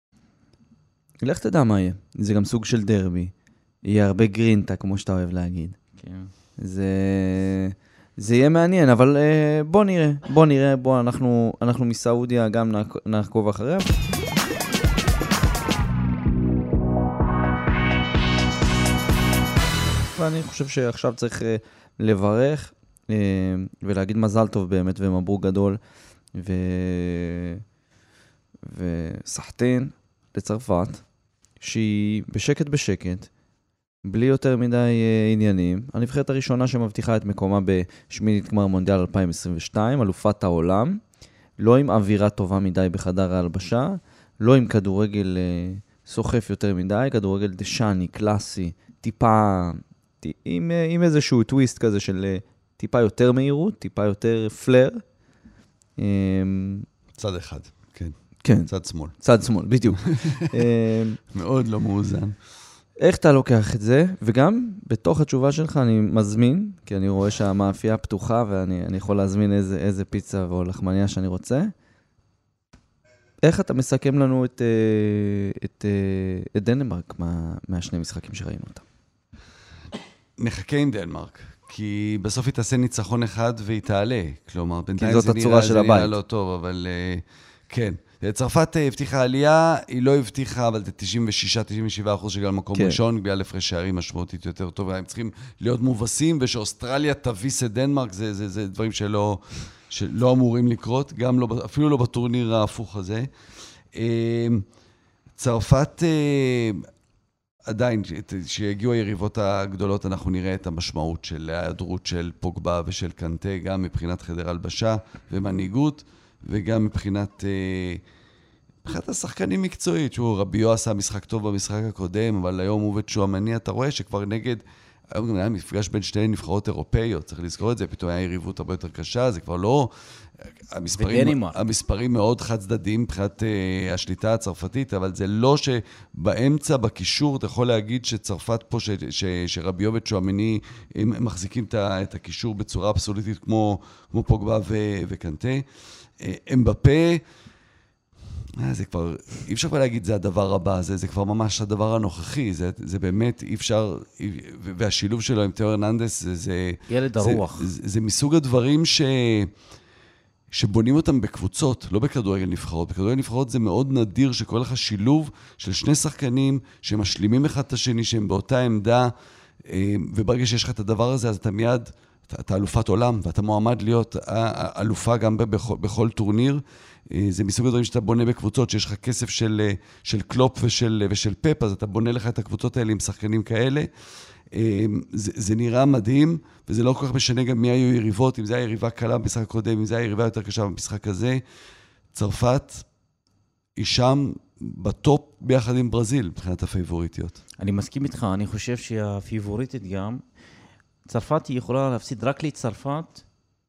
לך תדע מה יהיה. זה גם סוג של דרבי. יהיה הרבה גרינטה, כמו שאתה אוהב להגיד. כן. זה, זה יהיה מעניין, אבל בוא נראה. בוא נראה, בוא, אנחנו, אנחנו מסעודיה גם נעקוב אחריה. ואני חושב שעכשיו צריך לברך ולהגיד מזל טוב באמת ומברוק גדול ו... וסחטין לצרפת, שהיא בשקט בשקט, בלי יותר מדי עניינים. הנבחרת הראשונה שמבטיחה את מקומה בשמינית גמר מונדיאל אלפיים עשרים ושתיים, אלופת העולם, לא עם אווירה טובה מדי בחדר ההלבשה, לא עם כדורגל סוחף יותר מדי, כדורגל דשני, קלאסי, טיפה, עם, עם איזשהו טוויסט כזה של טיפה יותר מהירות, טיפה יותר פלר. צד אחד, כן. כן. צד שמאל. צד שמאל, בדיוק. מאוד לא מאוזן. איך אתה לוקח את זה? וגם בתוך התשובה שלך אני מזמין, כי אני רואה שהמאפייה פתוחה ואני אני יכול להזמין איזה, איזה פיצה או לחמניה שאני רוצה. איך אתה מסכם לנו את, את, את דנמרק מה, מהשני משחקים שראינו אותם? נחכה עם דנמרק, כי בסוף היא תעשה ניצחון אחד והיא תעלה. כלומר, כי זאת הצורה של הבית. זה נראה לא טוב, אבל כן. צרפת הבטיחה עלייה, היא לא הבטיחה, אבל זה תשעים ושש תשעים ושבעה אחוז שגל מקום כן. ראשון, בגלל הפרש שערים משמעותית יותר טוב, והם צריכים להיות מובסים, ושאוסטרליה תביס את דנמרק, זה, זה, זה דברים שלא, שלא אמורים לקרות, גם לא, אפילו לא בטורניר ההפוך הזה. צרפת, עדיין, שיגיעו היריבות הגדולות, אנחנו נראה את המשמעות של ההיעדרות של פוגבה ושל קנטה, גם מבחינת חדר הלבשה ומנהיגות, וגם מבחינת, מבחינת השחקנים מקצועית, שהוא רביו עשה משחק טוב במשחק הקודם, אבל היום הוא וצ'ואמני, אתה רואה שכבר נגד, היום היה מפגש בין שתי נבחרות אירופאיות, צריך לזכור את זה, פתאום היה יריבות הרבה יותר קשה, זה כבר לא, המספרים, המספרים מאוד חד צדדים, מבחינת uh, השליטה הצרפתית, אבל זה לא שבאמצע, בקישור, אתה יכול להגיד שצרפת פה, ש, ש, שרביו וצ'ואמני, הם מחזיקים את הקישור בצורה אבסולוטית, כמו, כמו פוגבה ו, וקנטה. אמבפה, זה כבר, אי אפשר כבר להגיד זה הדבר הבא, זה, זה כבר ממש הדבר הנוכחי, זה, זה באמת אי אפשר, והשילוב שלו עם תיאו הרננדס, זה, זה, ילד הרוח. זה, זה, זה מסוג הדברים ש, שבונים אותם בקבוצות, לא בכדורגל נבחרות. בכדורגל נבחרות זה מאוד נדיר שכל לך שילוב של שני שחקנים שמשלימים אחד את השני, שהם באותה עמדה, וברגע שיש לך את הדבר הזה, אז אתה מיד, אתה, אתה אלופת עולם, ואתה מועמד להיות אלופה גם בכל, בכל טורניר. זה מסוג הדברים שאתה בונה בקבוצות, שיש לך כסף של, של קלופ ושל, ושל פפ, אז אתה בונה לך את הקבוצות האלה עם שחקנים כאלה. זה, זה נראה מדהים, וזה לא כל כך משנה גם מי היו יריבות, אם זה היה יריבה קלה במשחק הקודם, אם זה היה יריבה יותר קשה במשחק הזה. צרפת היא שם בטופ ביחד עם ברזיל, מבחינת הפייבוריטיות. אני מסכים איתך, אני חושב שהפייבוריטית גם, צרפת היא יכולה להפסיד רק לצרפת,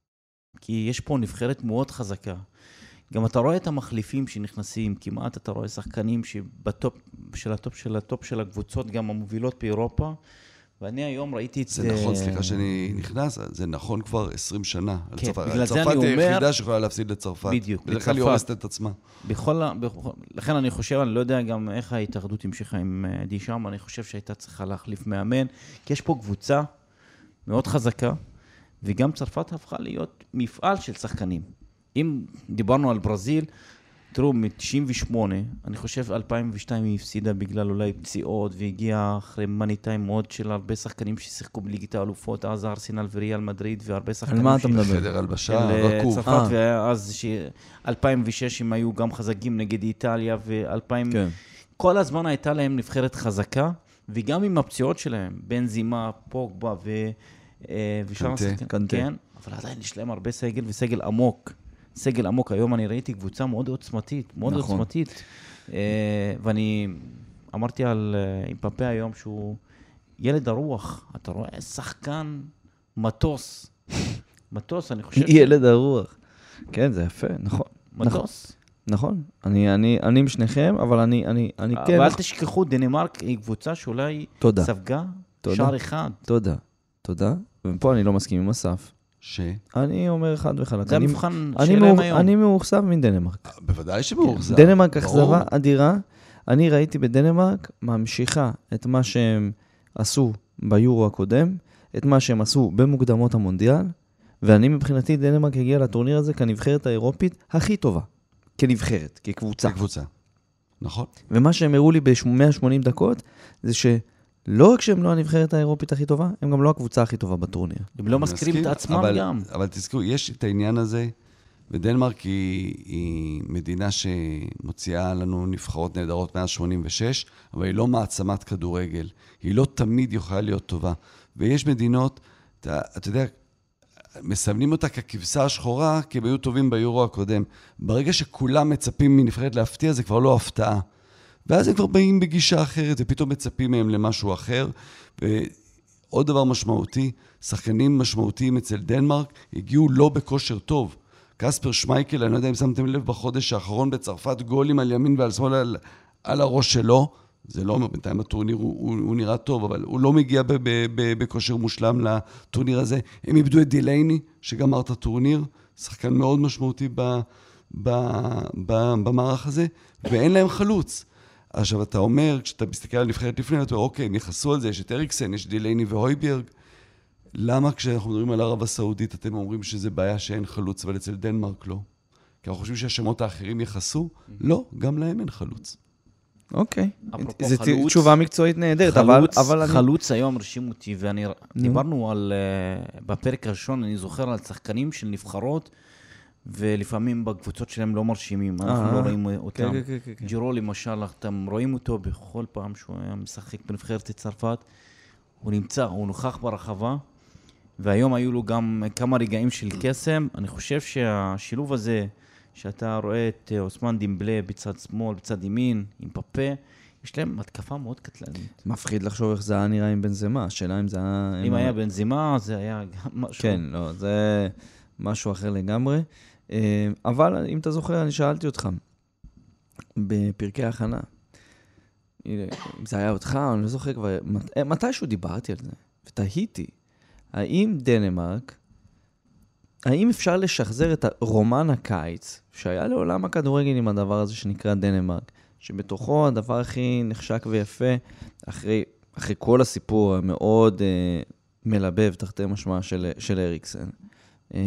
כי יש פה נבחרת מאוד חזקה. גם אתה רואה את המחליפים שנכנסים, כמעט אתה רואה שחקנים שבטופ של הטופ של הטופ של הקבוצות, גם המובילות באירופה, ואני היום ראיתי את זה... זה נכון, סליחה שאני נכנס, זה נכון כבר עשרים שנה. כן, בגלל זה אני אומר... צרפת היא היחידה שיכולה להפסיד לצרפת. בדיוק, לצרפת. בדרך כלל היא הורסת את עצמה. בכל, בכל, לכן אני חושב, אני לא יודע גם איך ההתאחדות המשיכה עם דישם, אני חושב שהייתה צריכה להחליף מאמן, כי יש פה קבוצה מאוד חזקה, וגם צרפת הפכה להיות מפעל של שחקנים. אם דיברנו על ברזיל, תראו, מ-תשעים ושמונה, אני חושב אלפיים ושתיים היא הפסידה בגלל אולי פציעות, והגיעה אחרי מני טיים מאוד של הרבה שחקנים ששיחקו בליגת האלופות, אז ארסנל וריאל מדריד, והרבה שחקנים... על מה אתה מדבר? חדר הלבשה, רקוב. צרפת, ואז ש-אלפיים ושש הם היו גם חזקים נגד איטליה, ו-אלפיים... כן. כל הזמן הייתה להם נבחרת חזקה, וגם עם הפציעות שלהם, בנזימה, פוגבה ו... ושאר השחקנים, כן, אבל עדיין יש להם הרבה סגל וסגל עמוק. סגל עמוק, היום אני ראיתי קבוצה מאוד עוצמתית, מאוד נכון. עוצמתית. ואני אמרתי על אימבפה היום שהוא ילד הרוח. אתה רואה שחקן מטוס. מטוס, אני חושב... ילד הרוח. כן, זה יפה, נכון. מטוס. נכון. אני, אני, אני משניכם, אבל אני, אני, אני כן... אבל אל תשכחו, דנמרק היא קבוצה שאולי ספגה שער אחד. תודה. תודה. ופה אני לא מסכים עם אסף. ש? אני אומר אחד וחלק. זה המבחן שלהם היום. אני מאוכזב מדנמרק. בוודאי שמאוכזב. דנמרק אכזבה אדירה. אני ראיתי בדנמרק ממשיכה את מה שהם עשו ביורו הקודם, את מה שהם עשו במוקדמות המונדיאל, ואני מבחינתי דנמרק הגיע לטורניר הזה כנבחרת האירופית הכי טובה. כנבחרת, כקבוצה. כקבוצה. נכון. ומה שהם הראו לי ב-מאה ושמונים דקות, זה ש... לא רק שהם לא הנבחרת האירופית הכי טובה, הם גם לא הקבוצה הכי טובה בטורניר. הם לא מזכירים את עצמם אבל, גם. אבל תזכרו, יש את העניין הזה, ודנמרק היא, היא מדינה שמוציאה לנו נבחרות נהדרות מאה שמונים ושש, אבל היא לא מעצמת כדורגל. היא לא תמיד יכולה להיות טובה. ויש מדינות, אתה, אתה יודע, מסמנים אותה ככבשה השחורה, כי הם היו טובים ביורו הקודם. ברגע שכולם מצפים מנבחרת להפתיע, זה כבר לא הפתעה. ואז הם כבר באים בגישה אחרת, ופתאום מצפים מהם למשהו אחר. ועוד דבר משמעותי, שחקנים משמעותיים אצל דנמרק הגיעו לא בכושר טוב. קספר שמייקל, אני לא יודע אם שמתם לב בחודש האחרון בצרפת, גולים על ימין ועל שמאל על, על הראש שלו. זה לא אומר, בינתיים הטורניר הוא, הוא, הוא נראה טוב, אבל הוא לא מגיע ב, ב, ב, בכושר מושלם לטורניר הזה. הם איבדו את דילייני, שגמר את הטורניר, שחקן מאוד משמעותי ב, ב, ב, במערך הזה, ואין להם חלוץ. עכשיו, אתה אומר, כשאתה מסתכל על נבחרת לפני, אתה אומר, אוקיי, הם יחסו על זה, יש את אריקסן, יש דילייני והויברג. למה כשאנחנו מדברים על ערב הסעודית, אתם אומרים שזה בעיה שאין חלוץ, אבל אצל דנמרק לא? כי אנחנו חושבים שהשמות האחרים יחסו? לא, גם להם אין חלוץ. אוקיי. זו תשובה מקצועית נהדרת, אבל... חלוץ היום רשים אותי, ואני... דיברנו על... בפרק הראשון, אני זוכר על שחקנים של נבחרות, ולפעמים בקבוצות שלהם לא מרשימים, אנחנו לא רואים אותם. ג'ירו למשל, אתם רואים אותו בכל פעם שהוא היה משחק בנבחרת צרפת, הוא נמצא, הוא נוכח ברחבה, והיום היו לו גם כמה רגעים של קסם. אני חושב שהשילוב הזה, שאתה רואה את אוסמן דימבלה בצד שמאל, בצד ימין, עם פפה, יש להם התקפה מאוד קטלנית. מפחיד לחשוב איך זה היה נראה עם בנזמה, השאלה אם זה היה... אם היה בנזמה, זה היה גם משהו... כן, לא, זה משהו אחר לגמרי. אבל אם אתה זוכר, אני שאלתי אותך, בפרקי ההכנה, אם זה היה אותך, אני לא זוכר כבר, מתישהו דיברתי על זה, ותהיתי, האם דנמרק, האם אפשר לשחזר את רומן הקיץ, שהיה לעולם הכדורגל עם הדבר הזה שנקרא דנמרק, שבתוכו הדבר הכי נחשק ויפה, אחרי, אחרי כל הסיפור המאוד אה, מלבב תחתי משמע של, של אריקסן, אה,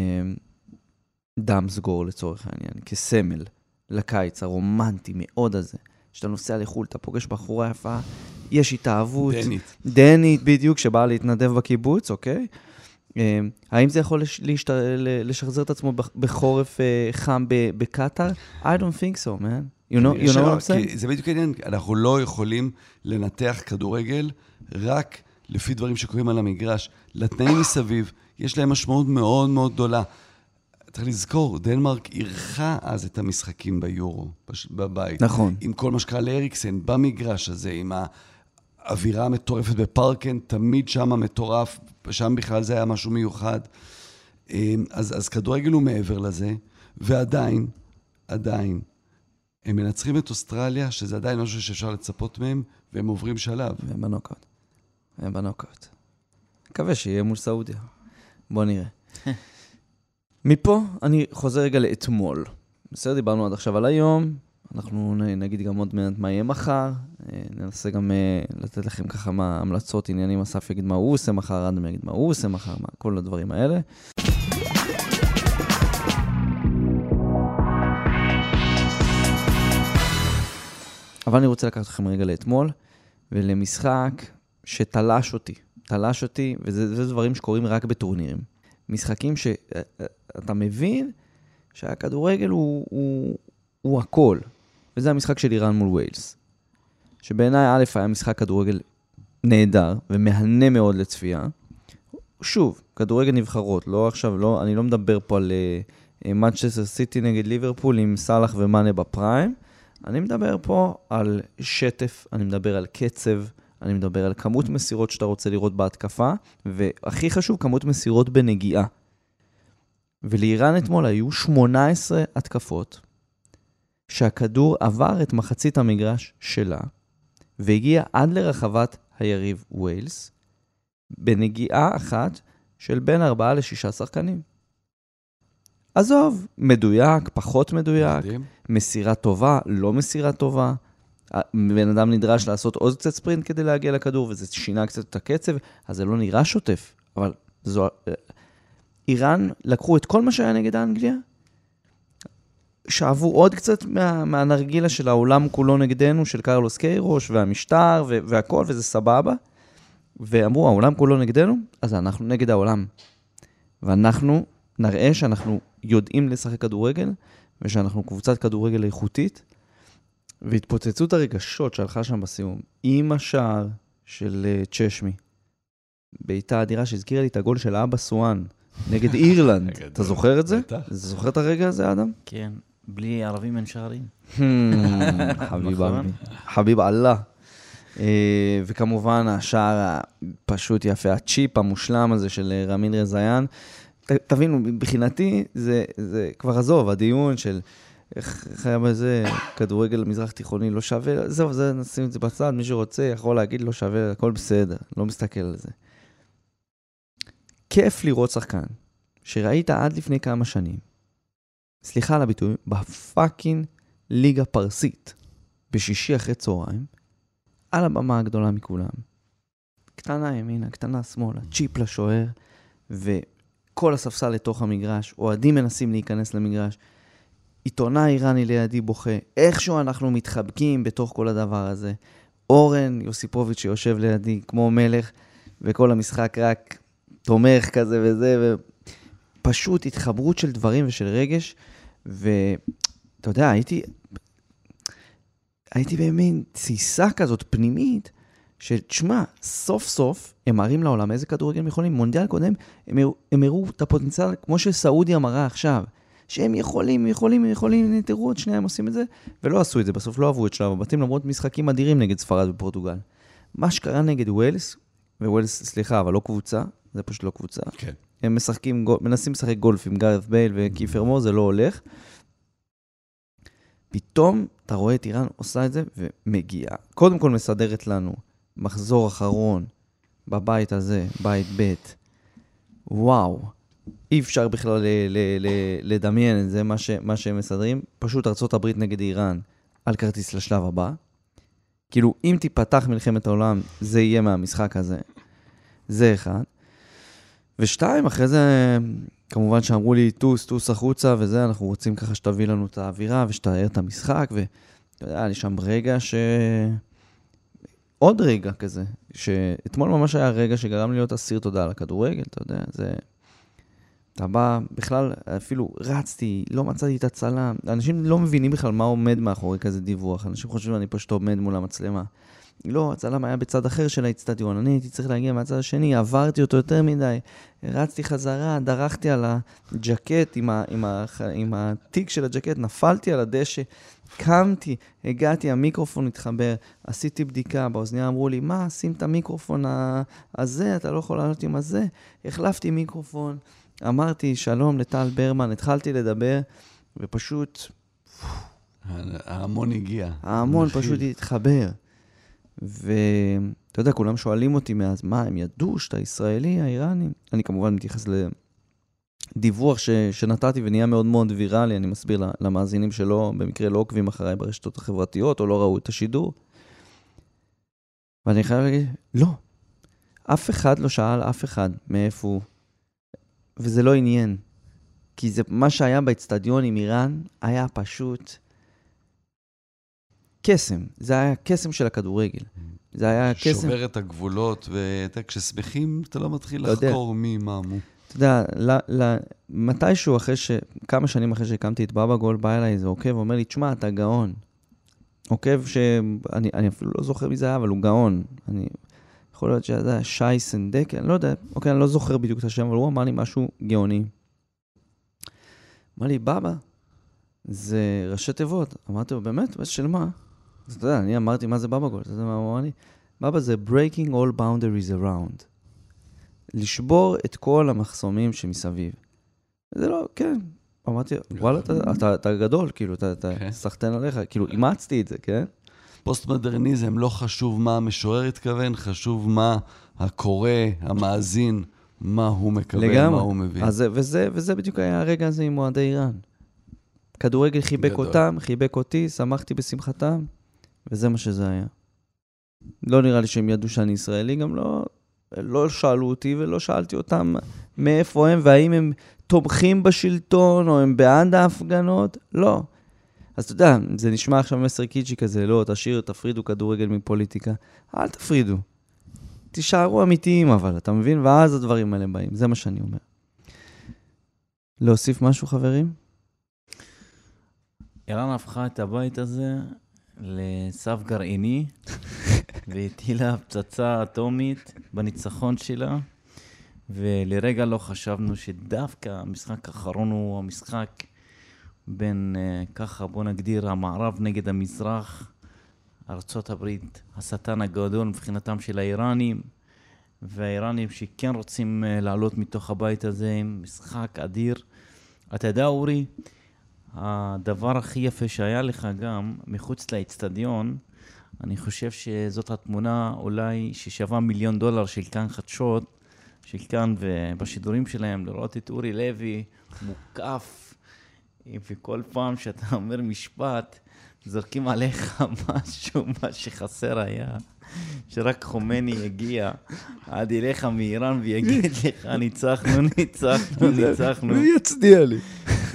דם סגור לצורך העניין, כסמל לקיץ הרומנטי מאוד הזה, שאתה נוסע לחול, אתה פוגש בחורה יפה, יש התאהבות. דנית. דנית, בדיוק, שבאה להתנדב בקיבוץ, אוקיי? האם זה יכול לשחזר את עצמו בחורף חם בקטר? I don't think so, man. You know, you know what I'm saying? זה בדיוק העניין, אנחנו לא יכולים לנתח כדורגל רק לפי דברים שקורים על המגרש. לתנאים מסביב, יש להם משמעות מאוד מאוד גדולה. צריך לזכור, דנמרק ערכה אז את המשחקים ביורו, בבית. נכון. עם כל מה שקרה לאריקסן, במגרש הזה, עם האווירה המטורפת בפארקן, תמיד שם המטורף, שם בכלל זה היה משהו מיוחד. אז, אז כדורגל הוא מעבר לזה, ועדיין, עדיין, הם מנצחים את אוסטרליה, שזה עדיין משהו שאפשר לצפות מהם, והם עוברים שלב. והם בנוקאוט. הם בנוקאוט. מקווה שיהיה מול סעודיה. בוא נראה. מפה אני חוזר רגע לאתמול. בסדר, דיברנו עד עכשיו על היום, אנחנו נגיד גם עוד מעט מה יהיה מחר, ננסה גם לתת לכם ככה מה המלצות, עניינים, אסף יגיד מה הוא עושה מחר, אדם יגיד מה הוא עושה מחר, מה, כל הדברים האלה. אבל אני רוצה לקחת לכם רגע לאתמול, ולמשחק שתלש אותי, תלש אותי, וזה דברים שקורים רק בטורנירים. משחקים שאתה מבין שהכדורגל הוא, הוא, הוא הכל. וזה המשחק של איראן מול ווילס. שבעיניי א' היה משחק כדורגל נהדר ומהנה מאוד לצפייה. שוב, כדורגל נבחרות, לא עכשיו, לא, אני לא מדבר פה על מנצ'סטר סיטי נגד ליברפול עם סלאח ומאנה בפריים. אני מדבר פה על שטף, אני מדבר על קצב, אני מדבר על כמות מסירות שאתה רוצה לראות בהתקפה, והכי חשוב, כמות מסירות בנגיעה. ולאיראן אתמול היו שמונה עשרה התקפות, שהכדור עבר את מחצית המגרש שלה, והגיע עד לרחבת היריב ווילס, בנגיעה אחת של בין ארבעה לשישה שחקנים. עזוב, מדויק, פחות מדויק, מסירה טובה, לא מסירה טובה, בן אדם נדרש לעשות עוד קצת ספרינט כדי להגיע לכדור, וזה שינה קצת את הקצב, אז זה לא נראה שוטף, אבל זו... איראן לקחו את כל מה שהיה נגד האנגליה, שאבו עוד קצת מה, מהנרגילה של העולם כולו נגדנו, של קרלוס קיירוש והמשטר ו- והכל, וזה סבבה, ואמרו, העולם כולו נגדנו, אז אנחנו נגד העולם. ואנחנו נראה שאנחנו יודעים לשחק כדורגל, ושאנחנו קבוצת כדורגל איכותית, והתפוצצות הרגשות שהלכה שם בסיום, עם השער של צ'שמי, בעיטה אדירה שהזכירה לי את הגול של אבא סואן, נגד אירלנד. אתה זוכר את זה? אתה זוכר את הרגע הזה, אדם? כן, בלי ערבים אין שערים. חביב אללה. וכמובן, השער הפשוט יפה, הצ'יפ המושלם הזה של רמין רזיין. תבינו, מבחינתי, זה כבר עזוב, הדיון של איך היה בזה, כדורגל מזרח תיכוני לא שווה, זהו, זה נשים את זה בצד, מי שרוצה יכול להגיד לא שווה, הכל בסדר, לא מסתכל על זה. כיף לראות שחקן, שראית עד לפני כמה שנים, סליחה על הביטוי, בפאקינג ליגה פרסית, בשישי אחרי צהריים, על הבמה הגדולה מכולם. קטנה ימינה, קטנה שמאלה, צ'יפ לשוער, וכל הספסל לתוך המגרש, אוהדים מנסים להיכנס למגרש, עיתונאי איראני לידי בוכה, איכשהו אנחנו מתחבקים בתוך כל הדבר הזה. אורן יוסיפוביץ' שיושב לידי כמו מלך, וכל המשחק רק תומך כזה וזה, ופשוט התחברות של דברים ושל רגש, ואתה יודע, הייתי, הייתי במין תסיסה כזאת פנימית, שתשמע, סוף סוף הם מראים לעולם איזה כדורגל הם יכולים. מונדיאל קודם, הם, הם הראו את הפוטנציאל כמו שסעודיה מראה עכשיו, שהם יכולים, יכולים, יכולים, תראו עוד שנייה הם עושים את זה, ולא עשו את זה, בסוף לא אהבו את שלב הבתים, למרות משחקים אדירים נגד ספרד ופורטוגל. מה שקרה נגד ווילס, ווילס, סליחה, אבל לא קבוצה, זה פשוט לא קבוצה. כן. הם משחקים, מנסים לשחק גולף עם גארת בייל וקיפר מור, זה לא הולך. פתאום אתה רואה את איראן עושה את זה ומגיעה. קודם כל מסדרת לנו מחזור אחרון בבית הזה, בית בית. וואו. אי אפשר בכלל ל- ל- ל- לדמיין את זה, מה, ש- מה שהם מסדרים. פשוט ארצות הברית נגד איראן על כרטיס לשלב הבא. כאילו, אם תיפתח מלחמת העולם, זה יהיה מהמשחק הזה. זה אחד. ושתיים, אחרי זה, כמובן שאמרו לי, טוס, טוס החוצה, וזה, אנחנו רוצים ככה שתביא לנו את האווירה, ושתאר את המשחק, ואתה יודע, היה לי שם רגע ש... עוד רגע כזה, שאתמול ממש היה רגע שגרם לי להיות אסיר תודה על הכדורגל, אתה יודע, זה... אתה בא, בכלל, אפילו רצתי, לא מצאתי את הצלם. אנשים לא מבינים בכלל מה עומד מאחורי כזה דיווח. אנשים חושבים שאני פשוט עומד מול המצלמה. לא, הצלם היה בצד אחר של האצטדיון. אני הייתי צריך להגיע מהצד השני, עברתי אותו יותר מדי. רצתי חזרה, דרכתי על הג'קט עם, ה, עם, ה, עם התיק של הג'קט, נפלתי על הדשא, קמתי, הגעתי, המיקרופון התחבר, עשיתי בדיקה, באוזניה אמרו לי, מה, שים את המיקרופון הזה, אתה לא יכול לעלות עם הזה. החלפתי מיקרופון. אמרתי שלום לטל ברמן, התחלתי לדבר, ופשוט... ההמון הגיע. ההמון פשוט התחבר. ואתה יודע, כולם שואלים אותי מאז, מה, הם ידעו שאתה ישראלי, האיראני? אני כמובן מתייחס לדיווח ש... שנתתי ונהיה מאוד מאוד ויראלי, אני מסביר למאזינים שלא, במקרה לא עוקבים אחריי ברשתות החברתיות, או לא ראו את השידור. ואני חייב להגיד, לא. אף אחד לא שאל אף אחד מאיפה הוא. וזה לא עניין, כי זה מה שהיה באצטדיון עם איראן, היה פשוט קסם. זה היה קסם של הכדורגל. זה היה קסם... שובר את הגבולות, וכששמחים אתה לא מתחיל לחקור מי, מה, מו. אתה יודע, מתישהו אחרי ש... כמה שנים אחרי שהקמתי את בבא גול, בא אליי איזה עוקב, ואומר לי, תשמע, אתה גאון. עוקב שאני אני אפילו לא זוכר מי זה היה, אבל הוא גאון. אני... יכול להיות שזה היה שי סנדק, אני לא יודע, אוקיי, אני לא זוכר בדיוק את השם, אבל הוא אמר לי משהו גאוני. אמר לי, בבא, זה ראשי תיבות. אמרתי לו, באמת? של מה? אז אתה יודע, אני אמרתי, מה זה בבא גול? אתה יודע מה הוא אמר לי? בבא זה breaking all boundaries around. לשבור את כל המחסומים שמסביב. זה לא, כן. אמרתי, וואלה, אתה, אתה, אתה גדול, כאילו, אתה, אתה okay. סחטן עליך, כאילו, אימצתי את זה, כן? פוסט-מודרניזם לא חשוב מה המשורר התכוון, חשוב מה הקורא, המאזין, מה הוא מקבל, לגמרי. מה הוא מבין. אז, וזה, וזה בדיוק היה הרגע הזה עם מועדי איראן. כדורגל חיבק גדול. אותם, חיבק אותי, שמחתי בשמחתם, וזה מה שזה היה. לא נראה לי שהם ידעו שאני ישראלי, גם לא, לא שאלו אותי ולא שאלתי אותם מאיפה הם, והאם הם תומכים בשלטון או הם בעד ההפגנות, לא. אז אתה יודע, זה נשמע עכשיו מסר קיצ'י כזה, לא, תשאיר, תפרידו כדורגל מפוליטיקה. אל תפרידו. תישארו אמיתיים אבל, אתה מבין? ואז הדברים האלה באים, זה מה שאני אומר. להוסיף משהו, חברים? איראן הפכה את הבית הזה לסף גרעיני, והטילה פצצה אטומית בניצחון שלה, ולרגע לא חשבנו שדווקא המשחק האחרון הוא המשחק בין ככה, בוא נגדיר, המערב נגד המזרח, ארצות הברית, השטן הגדול מבחינתם של האיראנים, והאיראנים שכן רוצים לעלות מתוך הבית הזה עם משחק אדיר. אתה יודע, אורי, הדבר הכי יפה שהיה לך גם מחוץ לאצטדיון, אני חושב שזאת התמונה אולי ששווה מיליון דולר של כאן חדשות, של כאן ובשידורים שלהם, לראות את אורי לוי מוקף, וכל פעם שאתה אומר משפט, זורקים עליך משהו, מה שחסר היה, שרק חומני יגיע עד אליך מאיראן ויגיד לך, ניצחנו, ניצחנו, ניצחנו. הוא יצדיע לי.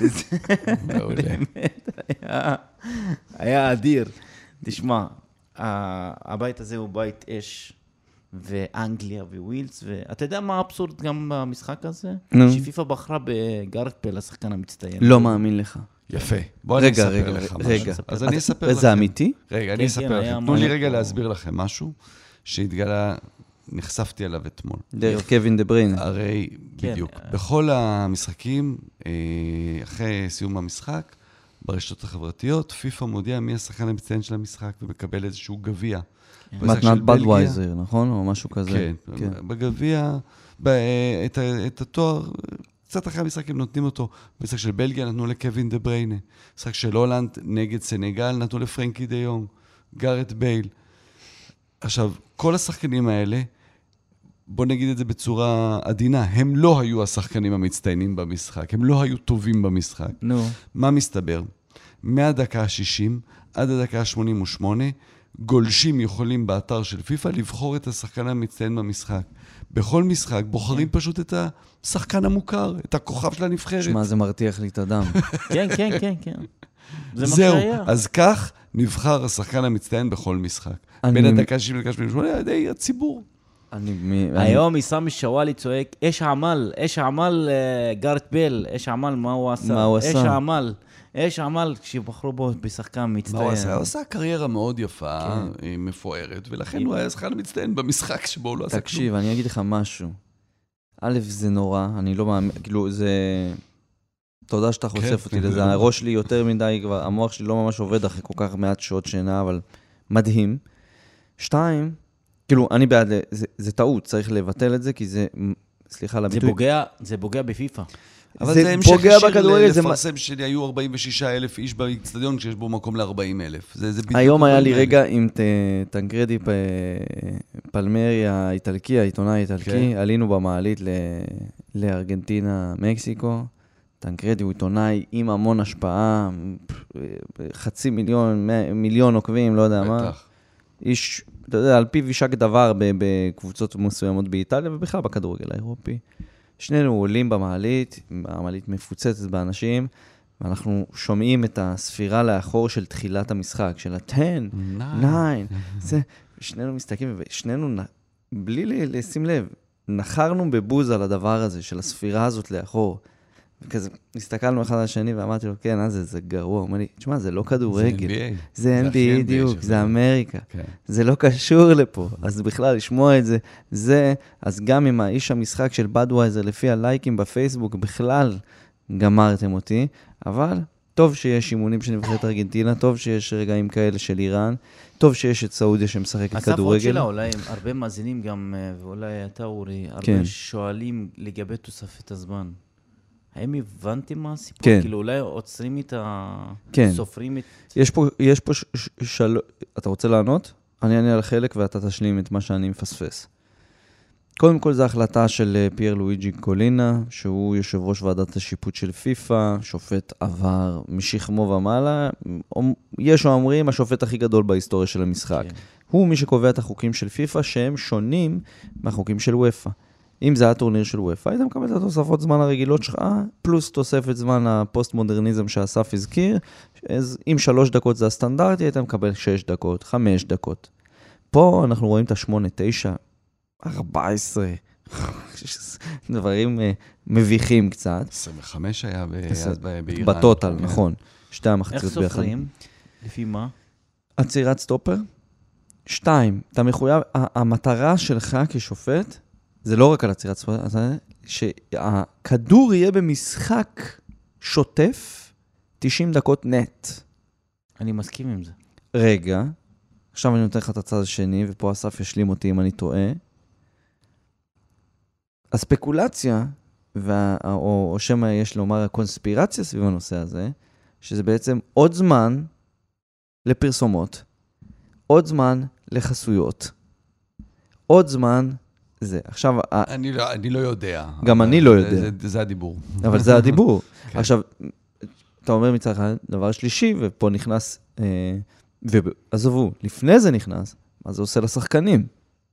באמת היה, היה אדיר. תשמע, הבית הזה הוא בית אש, ואנגליה וווילס, ואתה יודע מה האבסורד גם במשחק הזה? שפיפה בחרה בגארת בייל, השחקן המצטיין. לא מאמין לך. יפה. בוא אני אספר לך משהו. רגע, אז אני אספר לכם. וזה אמיתי? רגע, אני אספר לכם. תנו לי רגע להסביר לכם משהו שהתגלה, נחשפתי עליו אתמול. דרך קווין דה בריין. הרי, בדיוק. בכל המשחקים, אחרי סיום המשחק, ברשתות החברתיות, פיפה מודיע מי השחקן המצטיין של המשחק, ומקבל איזשהו גביע. מתנת בדווייזר, נכון? או משהו כזה. כן, בגביע, את התואר, קצת אחרי המשחק הם נותנים אותו. במשחק של בלגיה נתנו לקווין דה בריינה. משחק של הולנד נגד סנגל נתנו לפרנקי דה יונג. גארת בייל. עכשיו, כל השחקנים האלה, בוא נגיד את זה בצורה עדינה, הם לא היו השחקנים המצטיינים במשחק. הם לא היו טובים במשחק. נו. מה מסתבר? מהדקה ה-שישים עד הדקה ה-שמונים ושמונה, גולשים יכולים באתר של פיפה לבחור את השחקן המצטיין במשחק. בכל משחק בוחרים פשוט את השחקן המוכר, את הכוכב של הנבחרת. שמה, זה מרתיח לי את הדם. כן, כן, כן, כן. זהו, אז כך נבחר השחקן המצטיין בכל משחק. אני- בין הדקה שישים לדקה שמונים ושמונה, על ידי הציבור. אני... מ- אני- היום עיסאם שוואלי צועק, אש עמל, אש עמל אה, גארט בל, אש עמל, מה הוא עשה? מה הוא אש עשה? עמל, אש עמל, כשבחרו בו בשחקן מצטיין. מה הוא עשה? הוא עשה קריירה מאוד יפה, מפוארת, ולכן הוא היה השחקן המצטיין במשחק שבו הוא לא עשה כלום. תקשיב, אני אגיד לך משהו. א', זה נורא, אני לא מאמין, כאילו, זה... תודה שאתה חושף אותי לזה, הראש שלי יותר מדי כבר, המוח שלי לא ממש עובד אחרי כל כך מעט שעות שינה, אבל מדהים. שתיים, כאילו, אני בעד, זה, זה טעות, צריך לבטל את זה, כי זה, סליחה על זה הביטוי. פוגע, זה פוגע בפיפ"א. אבל זה זה המשך פוגע ישיר בכדורגל, זה לפרסם שהיו ארבעים ושישה אלף איש באצטדיון, כשיש בו מקום ל-ארבעים אלף. זה, זה בדיוק היום היה לי הדברים רגע עם ט- טנקרדי פ- פלמרי האיטלקי, העיתונאי האיטלקי, כן. עלינו במעלית ל- לארגנטינה, מקסיקו. טנקרדי הוא עיתונאי עם המון השפעה, חצי מיליון, מ- מיליון עוקבים, לא יודע מה. בטח. איש, אתה יודע, על פיו יישק דבר ב- בקבוצות מסוימות באיטליה, ובכלל בכדורגל האירופי. שנינו עולים במעלית, המעלית מפוצצת באנשים, ואנחנו שומעים את הספירה לאחור של תחילת המשחק, של ה-עשר, תשע, זה, ושנינו מסתכלים, ושנינו, נ- בלי ל- לשים לב, נחרנו בבוז על הדבר הזה, של הספירה הזאת לאחור. וכזה, הסתכלנו אחד על השני, ואמרתי לו, כן, אז זה, זה גרוע. הוא אומר לי, תשמע, זה לא כדורגל. זה אן בי איי בדיוק, זה אמריקה. כן. זה לא קשור לפה. אז בכלל, לשמוע את זה, זה, אז גם עם האיש המשחק של בדווייזר, לפי הלייקים בפייסבוק, בכלל גמרתם אותי, אבל טוב שיש אימונים של נבחרת ארגנטינה, טוב שיש רגעים כאלה של איראן, טוב שיש את סעודיה שמשחקת הצפות כדורגל. שלה, אולי הרבה מאזינים גם, אה, ואולי אתה אורי, הרבה כן. שואלים לגבי תוספת הזמן. האם הבנתם מה הסיפור? כן. כאילו אולי עוצרים את ה... כן. סופרים את... יש פה, יש פה ש- ש- של... אתה רוצה לענות? אני אענה על חלק ואתה תשלים את מה שאני מפספס. קודם כל, זו החלטה של אה, פייר לואיג'י קולינה, שהוא יושב ראש ועדת השיפוט של פיפ"א, שופט עבר משכמו ומעלה. אומ- יש אומרים, השופט הכי גדול בהיסטוריה של המשחק. כן. הוא מי שקובע את החוקים של פיפ"א, שהם שונים מהחוקים של וופ"א. אם זה היה טורניר של וופ"א, היית מקבל את התוספות זמן הרגילות שלך, פלוס תוספת זמן הפוסט-מודרניזם שאסף הזכיר, אז אם שלוש דקות זה הסטנדרטי, היית מקבל שש דקות, חמש דקות. פה אנחנו רואים את השמונה, תשע, ארבע עשרה, דברים uh, מביכים קצת. עשרים וחמש היה ב- עשר- אז ב- באיראן. בטוטל, כן. נכון. שתי איך המחציות ביחד. סופרים? לפי מה? עצירת סטופר. שתיים, אתה מחויב, ה- המטרה שלך כשופט, זה לא רק על עצירת סטופר, זה שהכדור יהיה במשחק שוטף תשעים דקות נט. אני מסכים עם זה. רגע, עכשיו אני נותן לך את הצד השני, ופה אסף ישלים אותי אם אני טועה. הספקולציה, וה, או, או שמה יש לומר הקונספירציה סביב הנושא הזה, שזה בעצם עוד זמן לפרסומות, עוד זמן לחסויות, עוד זמן זה. עכשיו, ה- אני לא- אני לא יודע. גם אבל אני לא זה- יודע. זה- זה הדיבור. אבל זה הדיבור. כן. עכשיו, אתה אומר מצד אחד, דבר שלישי, ופה נכנס, אה, ועזבו, לפני זה נכנס, מה זה עושה לשחקנים?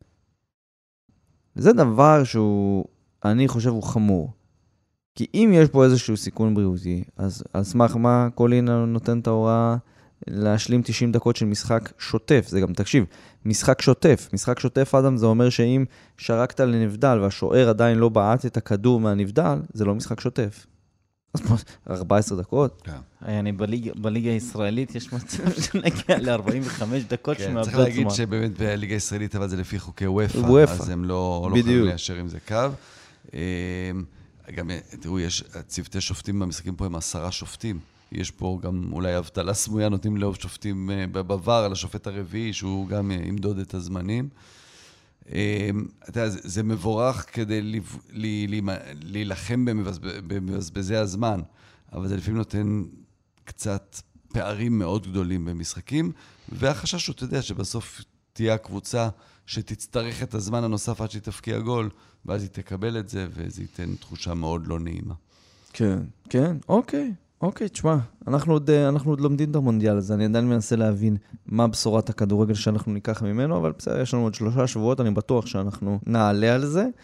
וזה דבר שהוא, אני חושב, הוא חמור. כי אם יש פה איזשהו סיכון בריאותי, אז על סמך מה קולינה נותן את ההוראה להשלים תשעים דקות של משחק שוטף? זה גם, תקשיב, משחק שוטף. משחק שוטף, אדם, זה אומר שאם שרקת לנבדל והשוער עדיין לא בעט את הכדור מהנבדל, זה לא משחק שוטף. אז פה ארבע עשרה דקות. כן. אני בליגה, בליגה הישראלית יש מצב שנגיע ל-ארבעים וחמש דקות כן, שמאבדות צריך זמן. להגיד שבאמת בליגה הישראלית, אבל זה לפי חוקי וופ"א, וופ"א. אז הם לא לא בדיוק. יכולים ליישר עם זה קו. אה, גם, תראו, יש צוותי שופטים במשחקים פה, הם עשרה שופטים. יש פה גם אולי אבטלה סמויה, נותנים לעוד שופטים אה, בבר, על השופט הרביעי, שהוא גם אה, ימדוד את הזמנים. אה, אתה יודע, זה, זה מבורך כדי ליו- לי- לי- להילחם במבזבז- במבזבזי הזמן, אבל זה לפעמים נותן קצת פערים מאוד גדולים במשחקים, והחשש הוא, אתה יודע, שבסוף תהיה הקבוצה שתצטרך את הזמן הנוסף עד שהיא תפקיע גול, ואז היא תקבל את זה, וזה ייתן תחושה מאוד לא נעימה. כן, כן, אוקיי, אוקיי, תשמע, אנחנו עוד, אה, אנחנו עוד לומדים את המונדיאל הזה, אני עדיין מנסה להבין מה בשורת הכדורגל שאנחנו ניקח ממנו, אבל בסדר, יש לנו עוד שלושה שבועות, אני בטוח שאנחנו נעלה על זה.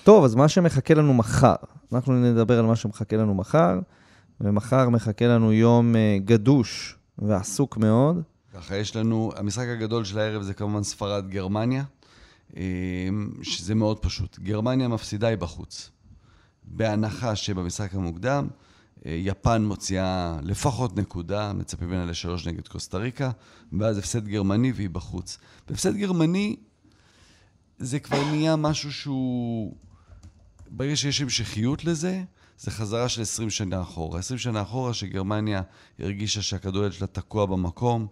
טוב, אז מה שמחכה לנו מחר, אנחנו נדבר על מה שמחכה לנו מחר, ומחר מחכה לנו יום גדוש ועסוק מאוד. ככה, יש לנו, המשחק הגדול של הערב זה כמובן ספרד גרמניה, שזה מאוד פשוט. גרמניה מפסידה היא בחוץ. בהנחה שבמשחק המוקדם, יפן מוציאה לפחות נקודה, מצפים ממנה לשלוש נגד קוסטה ריקה, ואז הפסד גרמני והיא בחוץ. בהפסד גרמני זה כבר נהיה משהו שהוא, ברגע שיש המשכיות לזה, זה חזרה של עשרים שנה אחורה. עשרים שנה אחורה שגרמניה הרגישה שהכדורגל שלה תקוע במקום,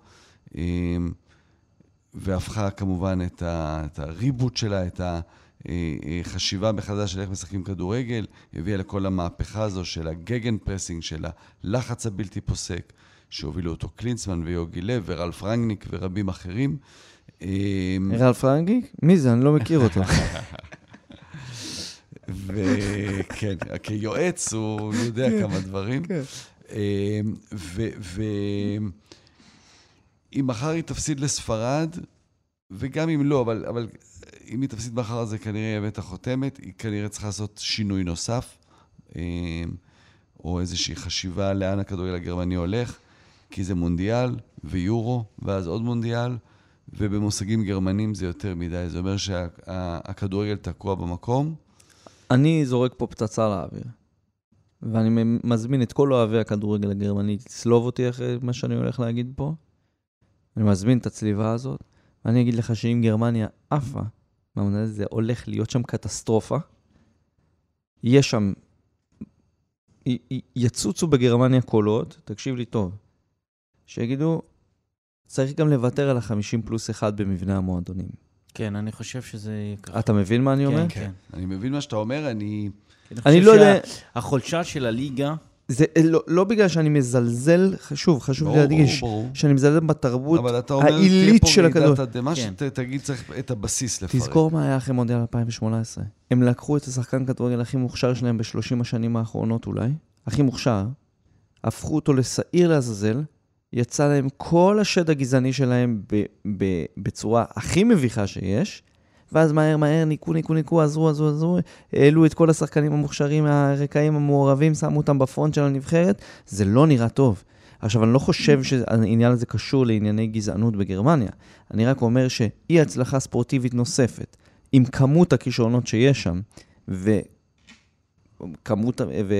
והפכה כמובן את, ה, את הריבוט שלה, את החשיבה מחדש של איך משחקים כדורגל, הביאה לכל המהפכה הזו של הגגן פרסינג, של הלחץ הבלתי פוסק, שהובילו אותו קלינסמן ויוגי לב ורלף רנגניק ורבים אחרים. רלף רנגניק? מי זה? אני לא מכיר אותו. וכן, כיועץ הוא יודע כמה דברים. אם מחר היא תפסיד לספרד, וגם אם לא, אבל, אבל אם היא תפסיד מחר, זה כנראה יהיה בטח חותמת, היא כנראה צריכה לעשות שינוי נוסף, או איזושהי חשיבה לאן הכדורגל הגרמני הולך, כי זה מונדיאל ויורו, ואז עוד מונדיאל, ובמושגים גרמנים זה יותר מדי. זה אומר שהכדורגל תקוע במקום. אני זורק פה פצצה לאוויר, ואני מזמין את כל אוהבי הכדורגל הגרמני, תצלוב אותי אחרי מה שאני הולך להגיד פה. אני מזמין את הצליבה הזאת, ואני אגיד לך שאם גרמניה עפה, מהמונדיאל הזה הולך להיות שם קטסטרופה, יש שם, י- י- יצוצו בגרמניה קולות, תקשיב לי טוב, שיגידו, צריך גם לוותר על ה-חמישים פלוס אחד במבנה המועדונים. כן, אני חושב שזה ככה. אתה מבין מה אני אומר? כן, כן. אני מבין מה שאתה אומר, אני... אני לא יודע... החולשה של הליגה... זה לא, לא בגלל שאני מזלזל, חשוב, חשוב ברור, להדגיש, ברור, ברור. שאני מזלזל בתרבות אבל אתה אומר, העילית של הכדור. מה כן. שתגיד צריך את הבסיס לפרק. תזכור מה היה אחרי מונדיאל אלפיים שמונה עשרה. הם לקחו את השחקן כדורגל הכי מוכשר שלהם ב-שלושים השנים האחרונות אולי, הכי מוכשר, הפכו אותו לשעיר לעזאזל, יצא להם כל השד הגזעני שלהם ב- ב- בצורה הכי מביכה שיש, ואז מהר מהר ניקו, ניקו, ניקו, עזרו, עזרו, עזרו, העלו את כל השחקנים המוכשרים, הרקעים המעורבים, שמו אותם בפרונט של הנבחרת, זה לא נראה טוב. עכשיו, אני לא חושב שהעניין הזה קשור לענייני גזענות בגרמניה. אני רק אומר שאי הצלחה ספורטיבית נוספת, עם כמות הכישרונות שיש שם, וכמות,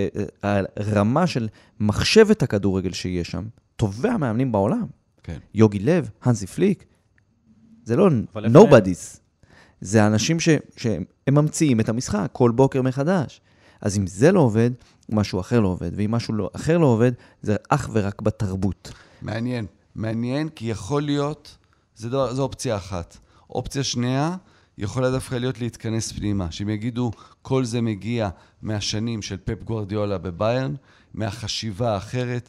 והרמה של מחשבת הכדורגל שיש שם, טובי המאמנים בעולם. כן. יוגי לב, הנסי פליק, זה לא nobody's. זה האנשים ש, שהם ממציאים את המשחק כל בוקר מחדש. אז אם זה לא עובד, משהו אחר לא עובד, ואם משהו לא, אחר לא עובד, זה אך ורק בתרבות. מעניין. מעניין, כי יכול להיות, זה דו, זו אופציה אחת. אופציה שנייה, יכולה דווקא להיות להתכנס פנימה. שהם יגידו, כל זה מגיע מהשנים של פפ גוארדיולה בביירן, מהחשיבה האחרת,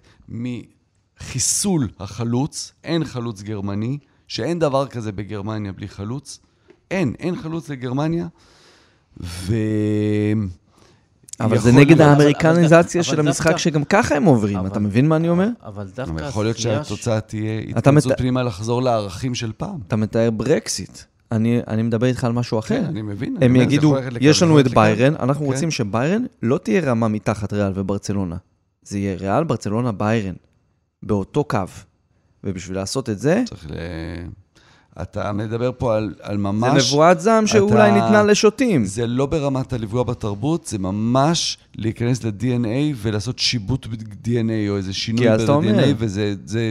מחיסול החלוץ, אין חלוץ גרמני, שאין דבר כזה בגרמניה בלי חלוץ, אין, אין חלוץ לגרמניה, ו... אבל זה נגד אבל- האמריקניזציה אבל של המשחק דווקא- שגם ככה הם עוברים, אבל- אתה מבין מה אני אומר? אבל דווקא... אבל יכול להיות הזכייה ש- שהתוצאה תהיה אתה התכנסות מת- פנימה לחזור לערכים של פעם. אתה מתאר ברקסיט, אני, אני מדבר איתך על משהו אחר. כן, אני מבין. אני הם אומר, זה יגידו, יכול ללכת לכאן, יש לנו יכול את ללכת לכאן. ביירן, אנחנו כן. רוצים שביירן לא תהיה רמה מתחת ריאל וברצלונה. זה יהיה ריאל, ברצלונה, ביירן, באותו קו. ובשביל לעשות את זה, צריך ל... אתה מדבר פה על, על זה ממש... נבואת זעם שאולי אתה- ניתנה לשוטים. זה לא ברמת הלפגוע בתרבות, זה ממש להיכנס ל-די אן איי ולעשות שיבוט ב-די אן איי, או איזה שינוי כי אז אתה ב-די אן איי, אומר. וזה... זה...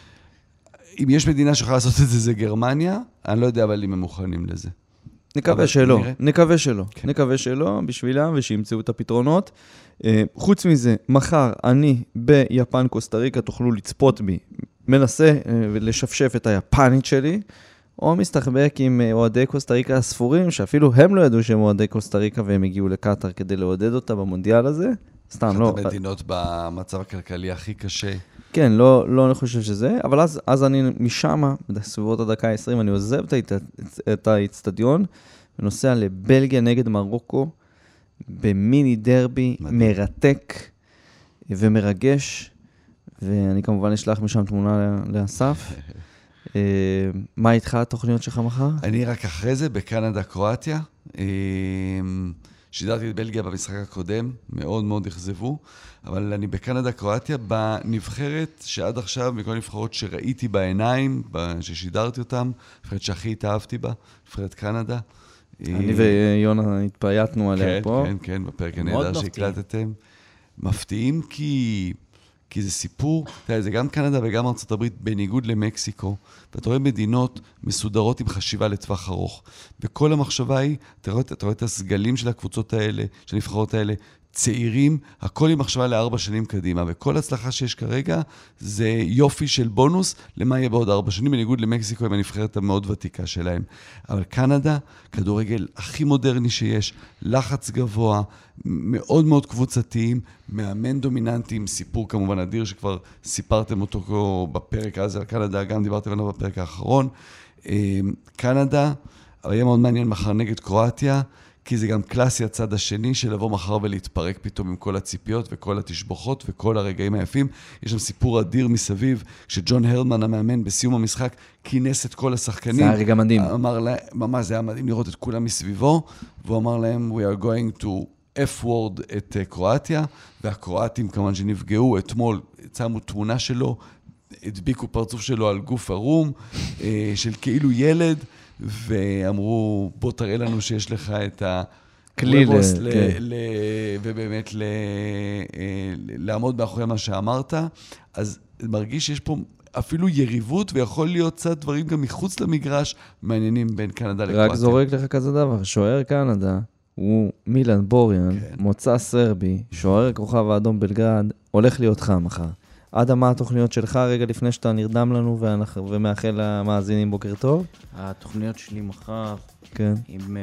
אם יש מדינה שיכולה לעשות את זה, זה גרמניה, אני לא יודע אבל אם הם מוכנים לזה. נקווה אבל שלא, נראה. נקווה שלא. כן. נקווה שלא בשבילם ושימצאו את הפתרונות. אה, חוץ מזה, מחר אני ביפן קוסטה ריקה, תוכלו לצפות בי, מנסה אה, לשפשף את היפנית שלי, או מסתחבק עם אה, אוהדי קוסטה ריקה הספורים, שאפילו הם לא ידעו שהם אוהדי קוסטה ריקה, והם הגיעו לקטר כדי לעודד אותה במונדיאל הזה. סתם, לא. אחת המדינות במצב הכלכלי הכי קשה. כן, לא, לא אני חושב שזה, אבל אז, אז אני משם, בסביבות הדקה ה-עשרים, אני עוזב את, ההת- את האצטדיון, ונוסע לבלגיה נגד מרוקו, במיני דרבי מדהים. מרתק ומרגש, ואני כמובן אשלח משם תמונה לאסף. אה, מה איתך התוכניות שלך מחר? אני רק אחרי זה בקנדה, קרואטיה, שידרתי את בלגיה במשחק הקודם, מאוד מאוד אכזבו, אבל אני בקנדה, קרואטיה, בנבחרת שעד עכשיו, מכל הנבחרות שראיתי בעיניים, ששידרתי אותם, נבחרת שהכי התאהבתי בה, נבחרת קנדה. אני ויונה התפייטנו עליה כן, פה. כן, כן, בפרק הנהדר שהקלטתם. מפתיעים כי... כי זה סיפור, זה גם קנדה וגם ארצות הברית, בניגוד למקסיקו, ואתה רואה מדינות מסודרות עם חשיבה לטווח ארוך. וכל המחשבה היא, אתה רואה, אתה רואה את הסגלים של הקבוצות האלה, של הנבחרות האלה, צעירים, הכל עם מחשבה לארבע שנים קדימה, וכל הצלחה שיש כרגע זה יופי של בונוס למה יהיה בעוד ארבע שנים, בניגוד למקסיקו עם הנבחרת המאוד ותיקה שלהם. אבל קנדה, כדורגל הכי מודרני שיש, לחץ גבוה, מאוד מאוד קבוצתיים, מאמן דומיננטי, עם סיפור כמובן אדיר שכבר סיפרתם אותו בפרק הזה על קנדה, גם דיברתם עליו בפרק האחרון. קנדה, אבל יהיה מאוד מעניין מחר נגד קרואטיה, כי זה גם קלאסי הצד השני של לבוא מחר ולהתפרק פתאום עם כל הציפיות וכל התשבחות וכל הרגעים היפים. יש שם סיפור אדיר מסביב, כשג'ון הרדמן המאמן בסיום המשחק כינס את כל השחקנים. זה הרגע מדהים. אמר להם, ממש זה היה מדהים לראות את כולם מסביבו, והוא אמר להם, we are going to F-word את קרואטיה, והקרואטים כמובן שנפגעו, אתמול צמו תמונה שלו, הדביקו פרצוף שלו על גוף ערום, של כאילו ילד, ואמרו, בוא תראה לנו שיש לך את הקליבוס, ובאמת לעמוד מאחורי מה שאמרת. אז מרגיש שיש פה אפילו יריבות, ויכול להיות קצת דברים גם מחוץ למגרש, מעניינים בין קנדה לקרואטיה. רק זורק לך כזה דבר, שוער קנדה, הוא מילן בוריאן, מוצא סרבי, שוער כוכב האדום בלגרד, הולך להיות חם מחר. עדה, מה התוכניות שלך רגע לפני שאתה נרדם לנו ומאחל למאזינים בוקר טוב? התוכניות שלי מחר, כן. עם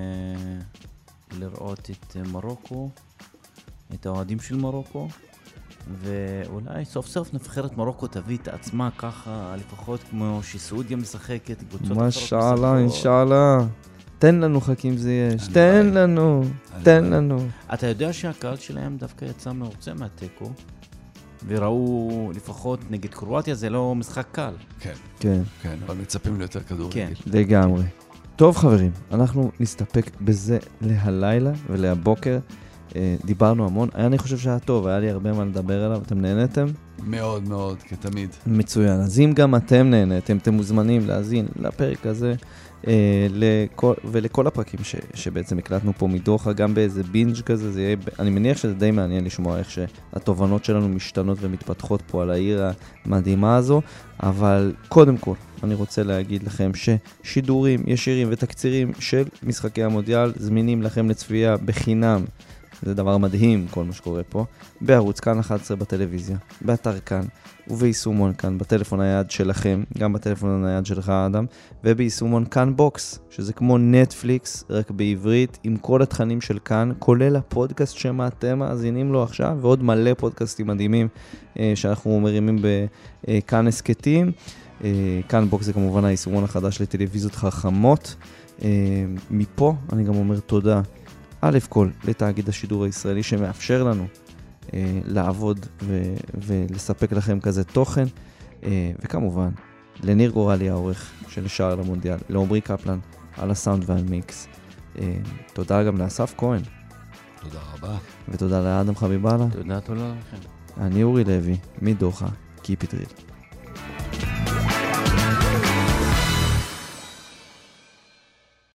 לראות את מרוקו, את האוהדים של מרוקו, ואולי סוף סוף נבחרת מרוקו תביא את עצמה ככה, לפחות כמו שסעודיה משחקת, מה שאלה, אינשאללה. תן לנו חכים זה יש, תן לנו, תן לנו. אתה יודע שהקהל שלהם דווקא יצא מרוצה מהטקו, וראו לפחות נגד קרואטיה, זה לא משחק קל. כן, כן, כן, אבל מצפים ליותר כדורגל. כן. לגמרי. טוב חברים, אנחנו נסתפק בזה להלילה ולהבוקר. דיברנו המון, אני חושב שהיה טוב, היה לי הרבה מה לדבר עליו, אתם נהנתם? מאוד מאוד, כתמיד. מצוין, אז אם גם אתם נהנתם, אתם מוזמנים להזין לפרק הזה, אה, לכל, ולכל הפרקים ש, שבעצם הקלטנו פה מדוחה, גם באיזה בינג' כזה, זה יהיה, אני מניח שזה די מעניין לשמוע איך שהתובנות שלנו משתנות ומתפתחות פה על העיר המדהימה הזו, אבל קודם כל, אני רוצה להגיד לכם ששידורים ישירים ותקצירים של משחקי המונדיאל זמינים לכם לצפייה בחינם, זה דבר מדהים כל מה שקורה פה, בערוץ כאן אחת עשרה בטלוויזיה, באתר כאן וביישומון כאן, בטלפון היד שלכם, גם בטלפון היד שלך אדם, וביישומון כאן בוקס, שזה כמו נטפליקס, רק בעברית, עם כל התכנים של כאן, כולל הפודקאסט שמה אתם מאזינים לו עכשיו, ועוד מלא פודקאסטים מדהימים אה, שאנחנו מרימים בכאן הסקטים. אה, כאן בוקס זה כמובן היישומון החדש לטלוויזיות חכמות. אה, מפה אני גם אומר תודה. א' כל, לתאגיד השידור הישראלי שמאפשר לנו אה, לעבוד ו- ולספק לכם כזה תוכן, אה, וכמובן, לניר גורלי העורך של שער למונדיאל, לעומרי קפלן על הסאונד והמיקס. אה, תודה גם לאסף כהן. תודה רבה. ותודה לאדם חביבאללה. תודה, תודה לכם. אני אורי לוי, מדוחה, Keep it real.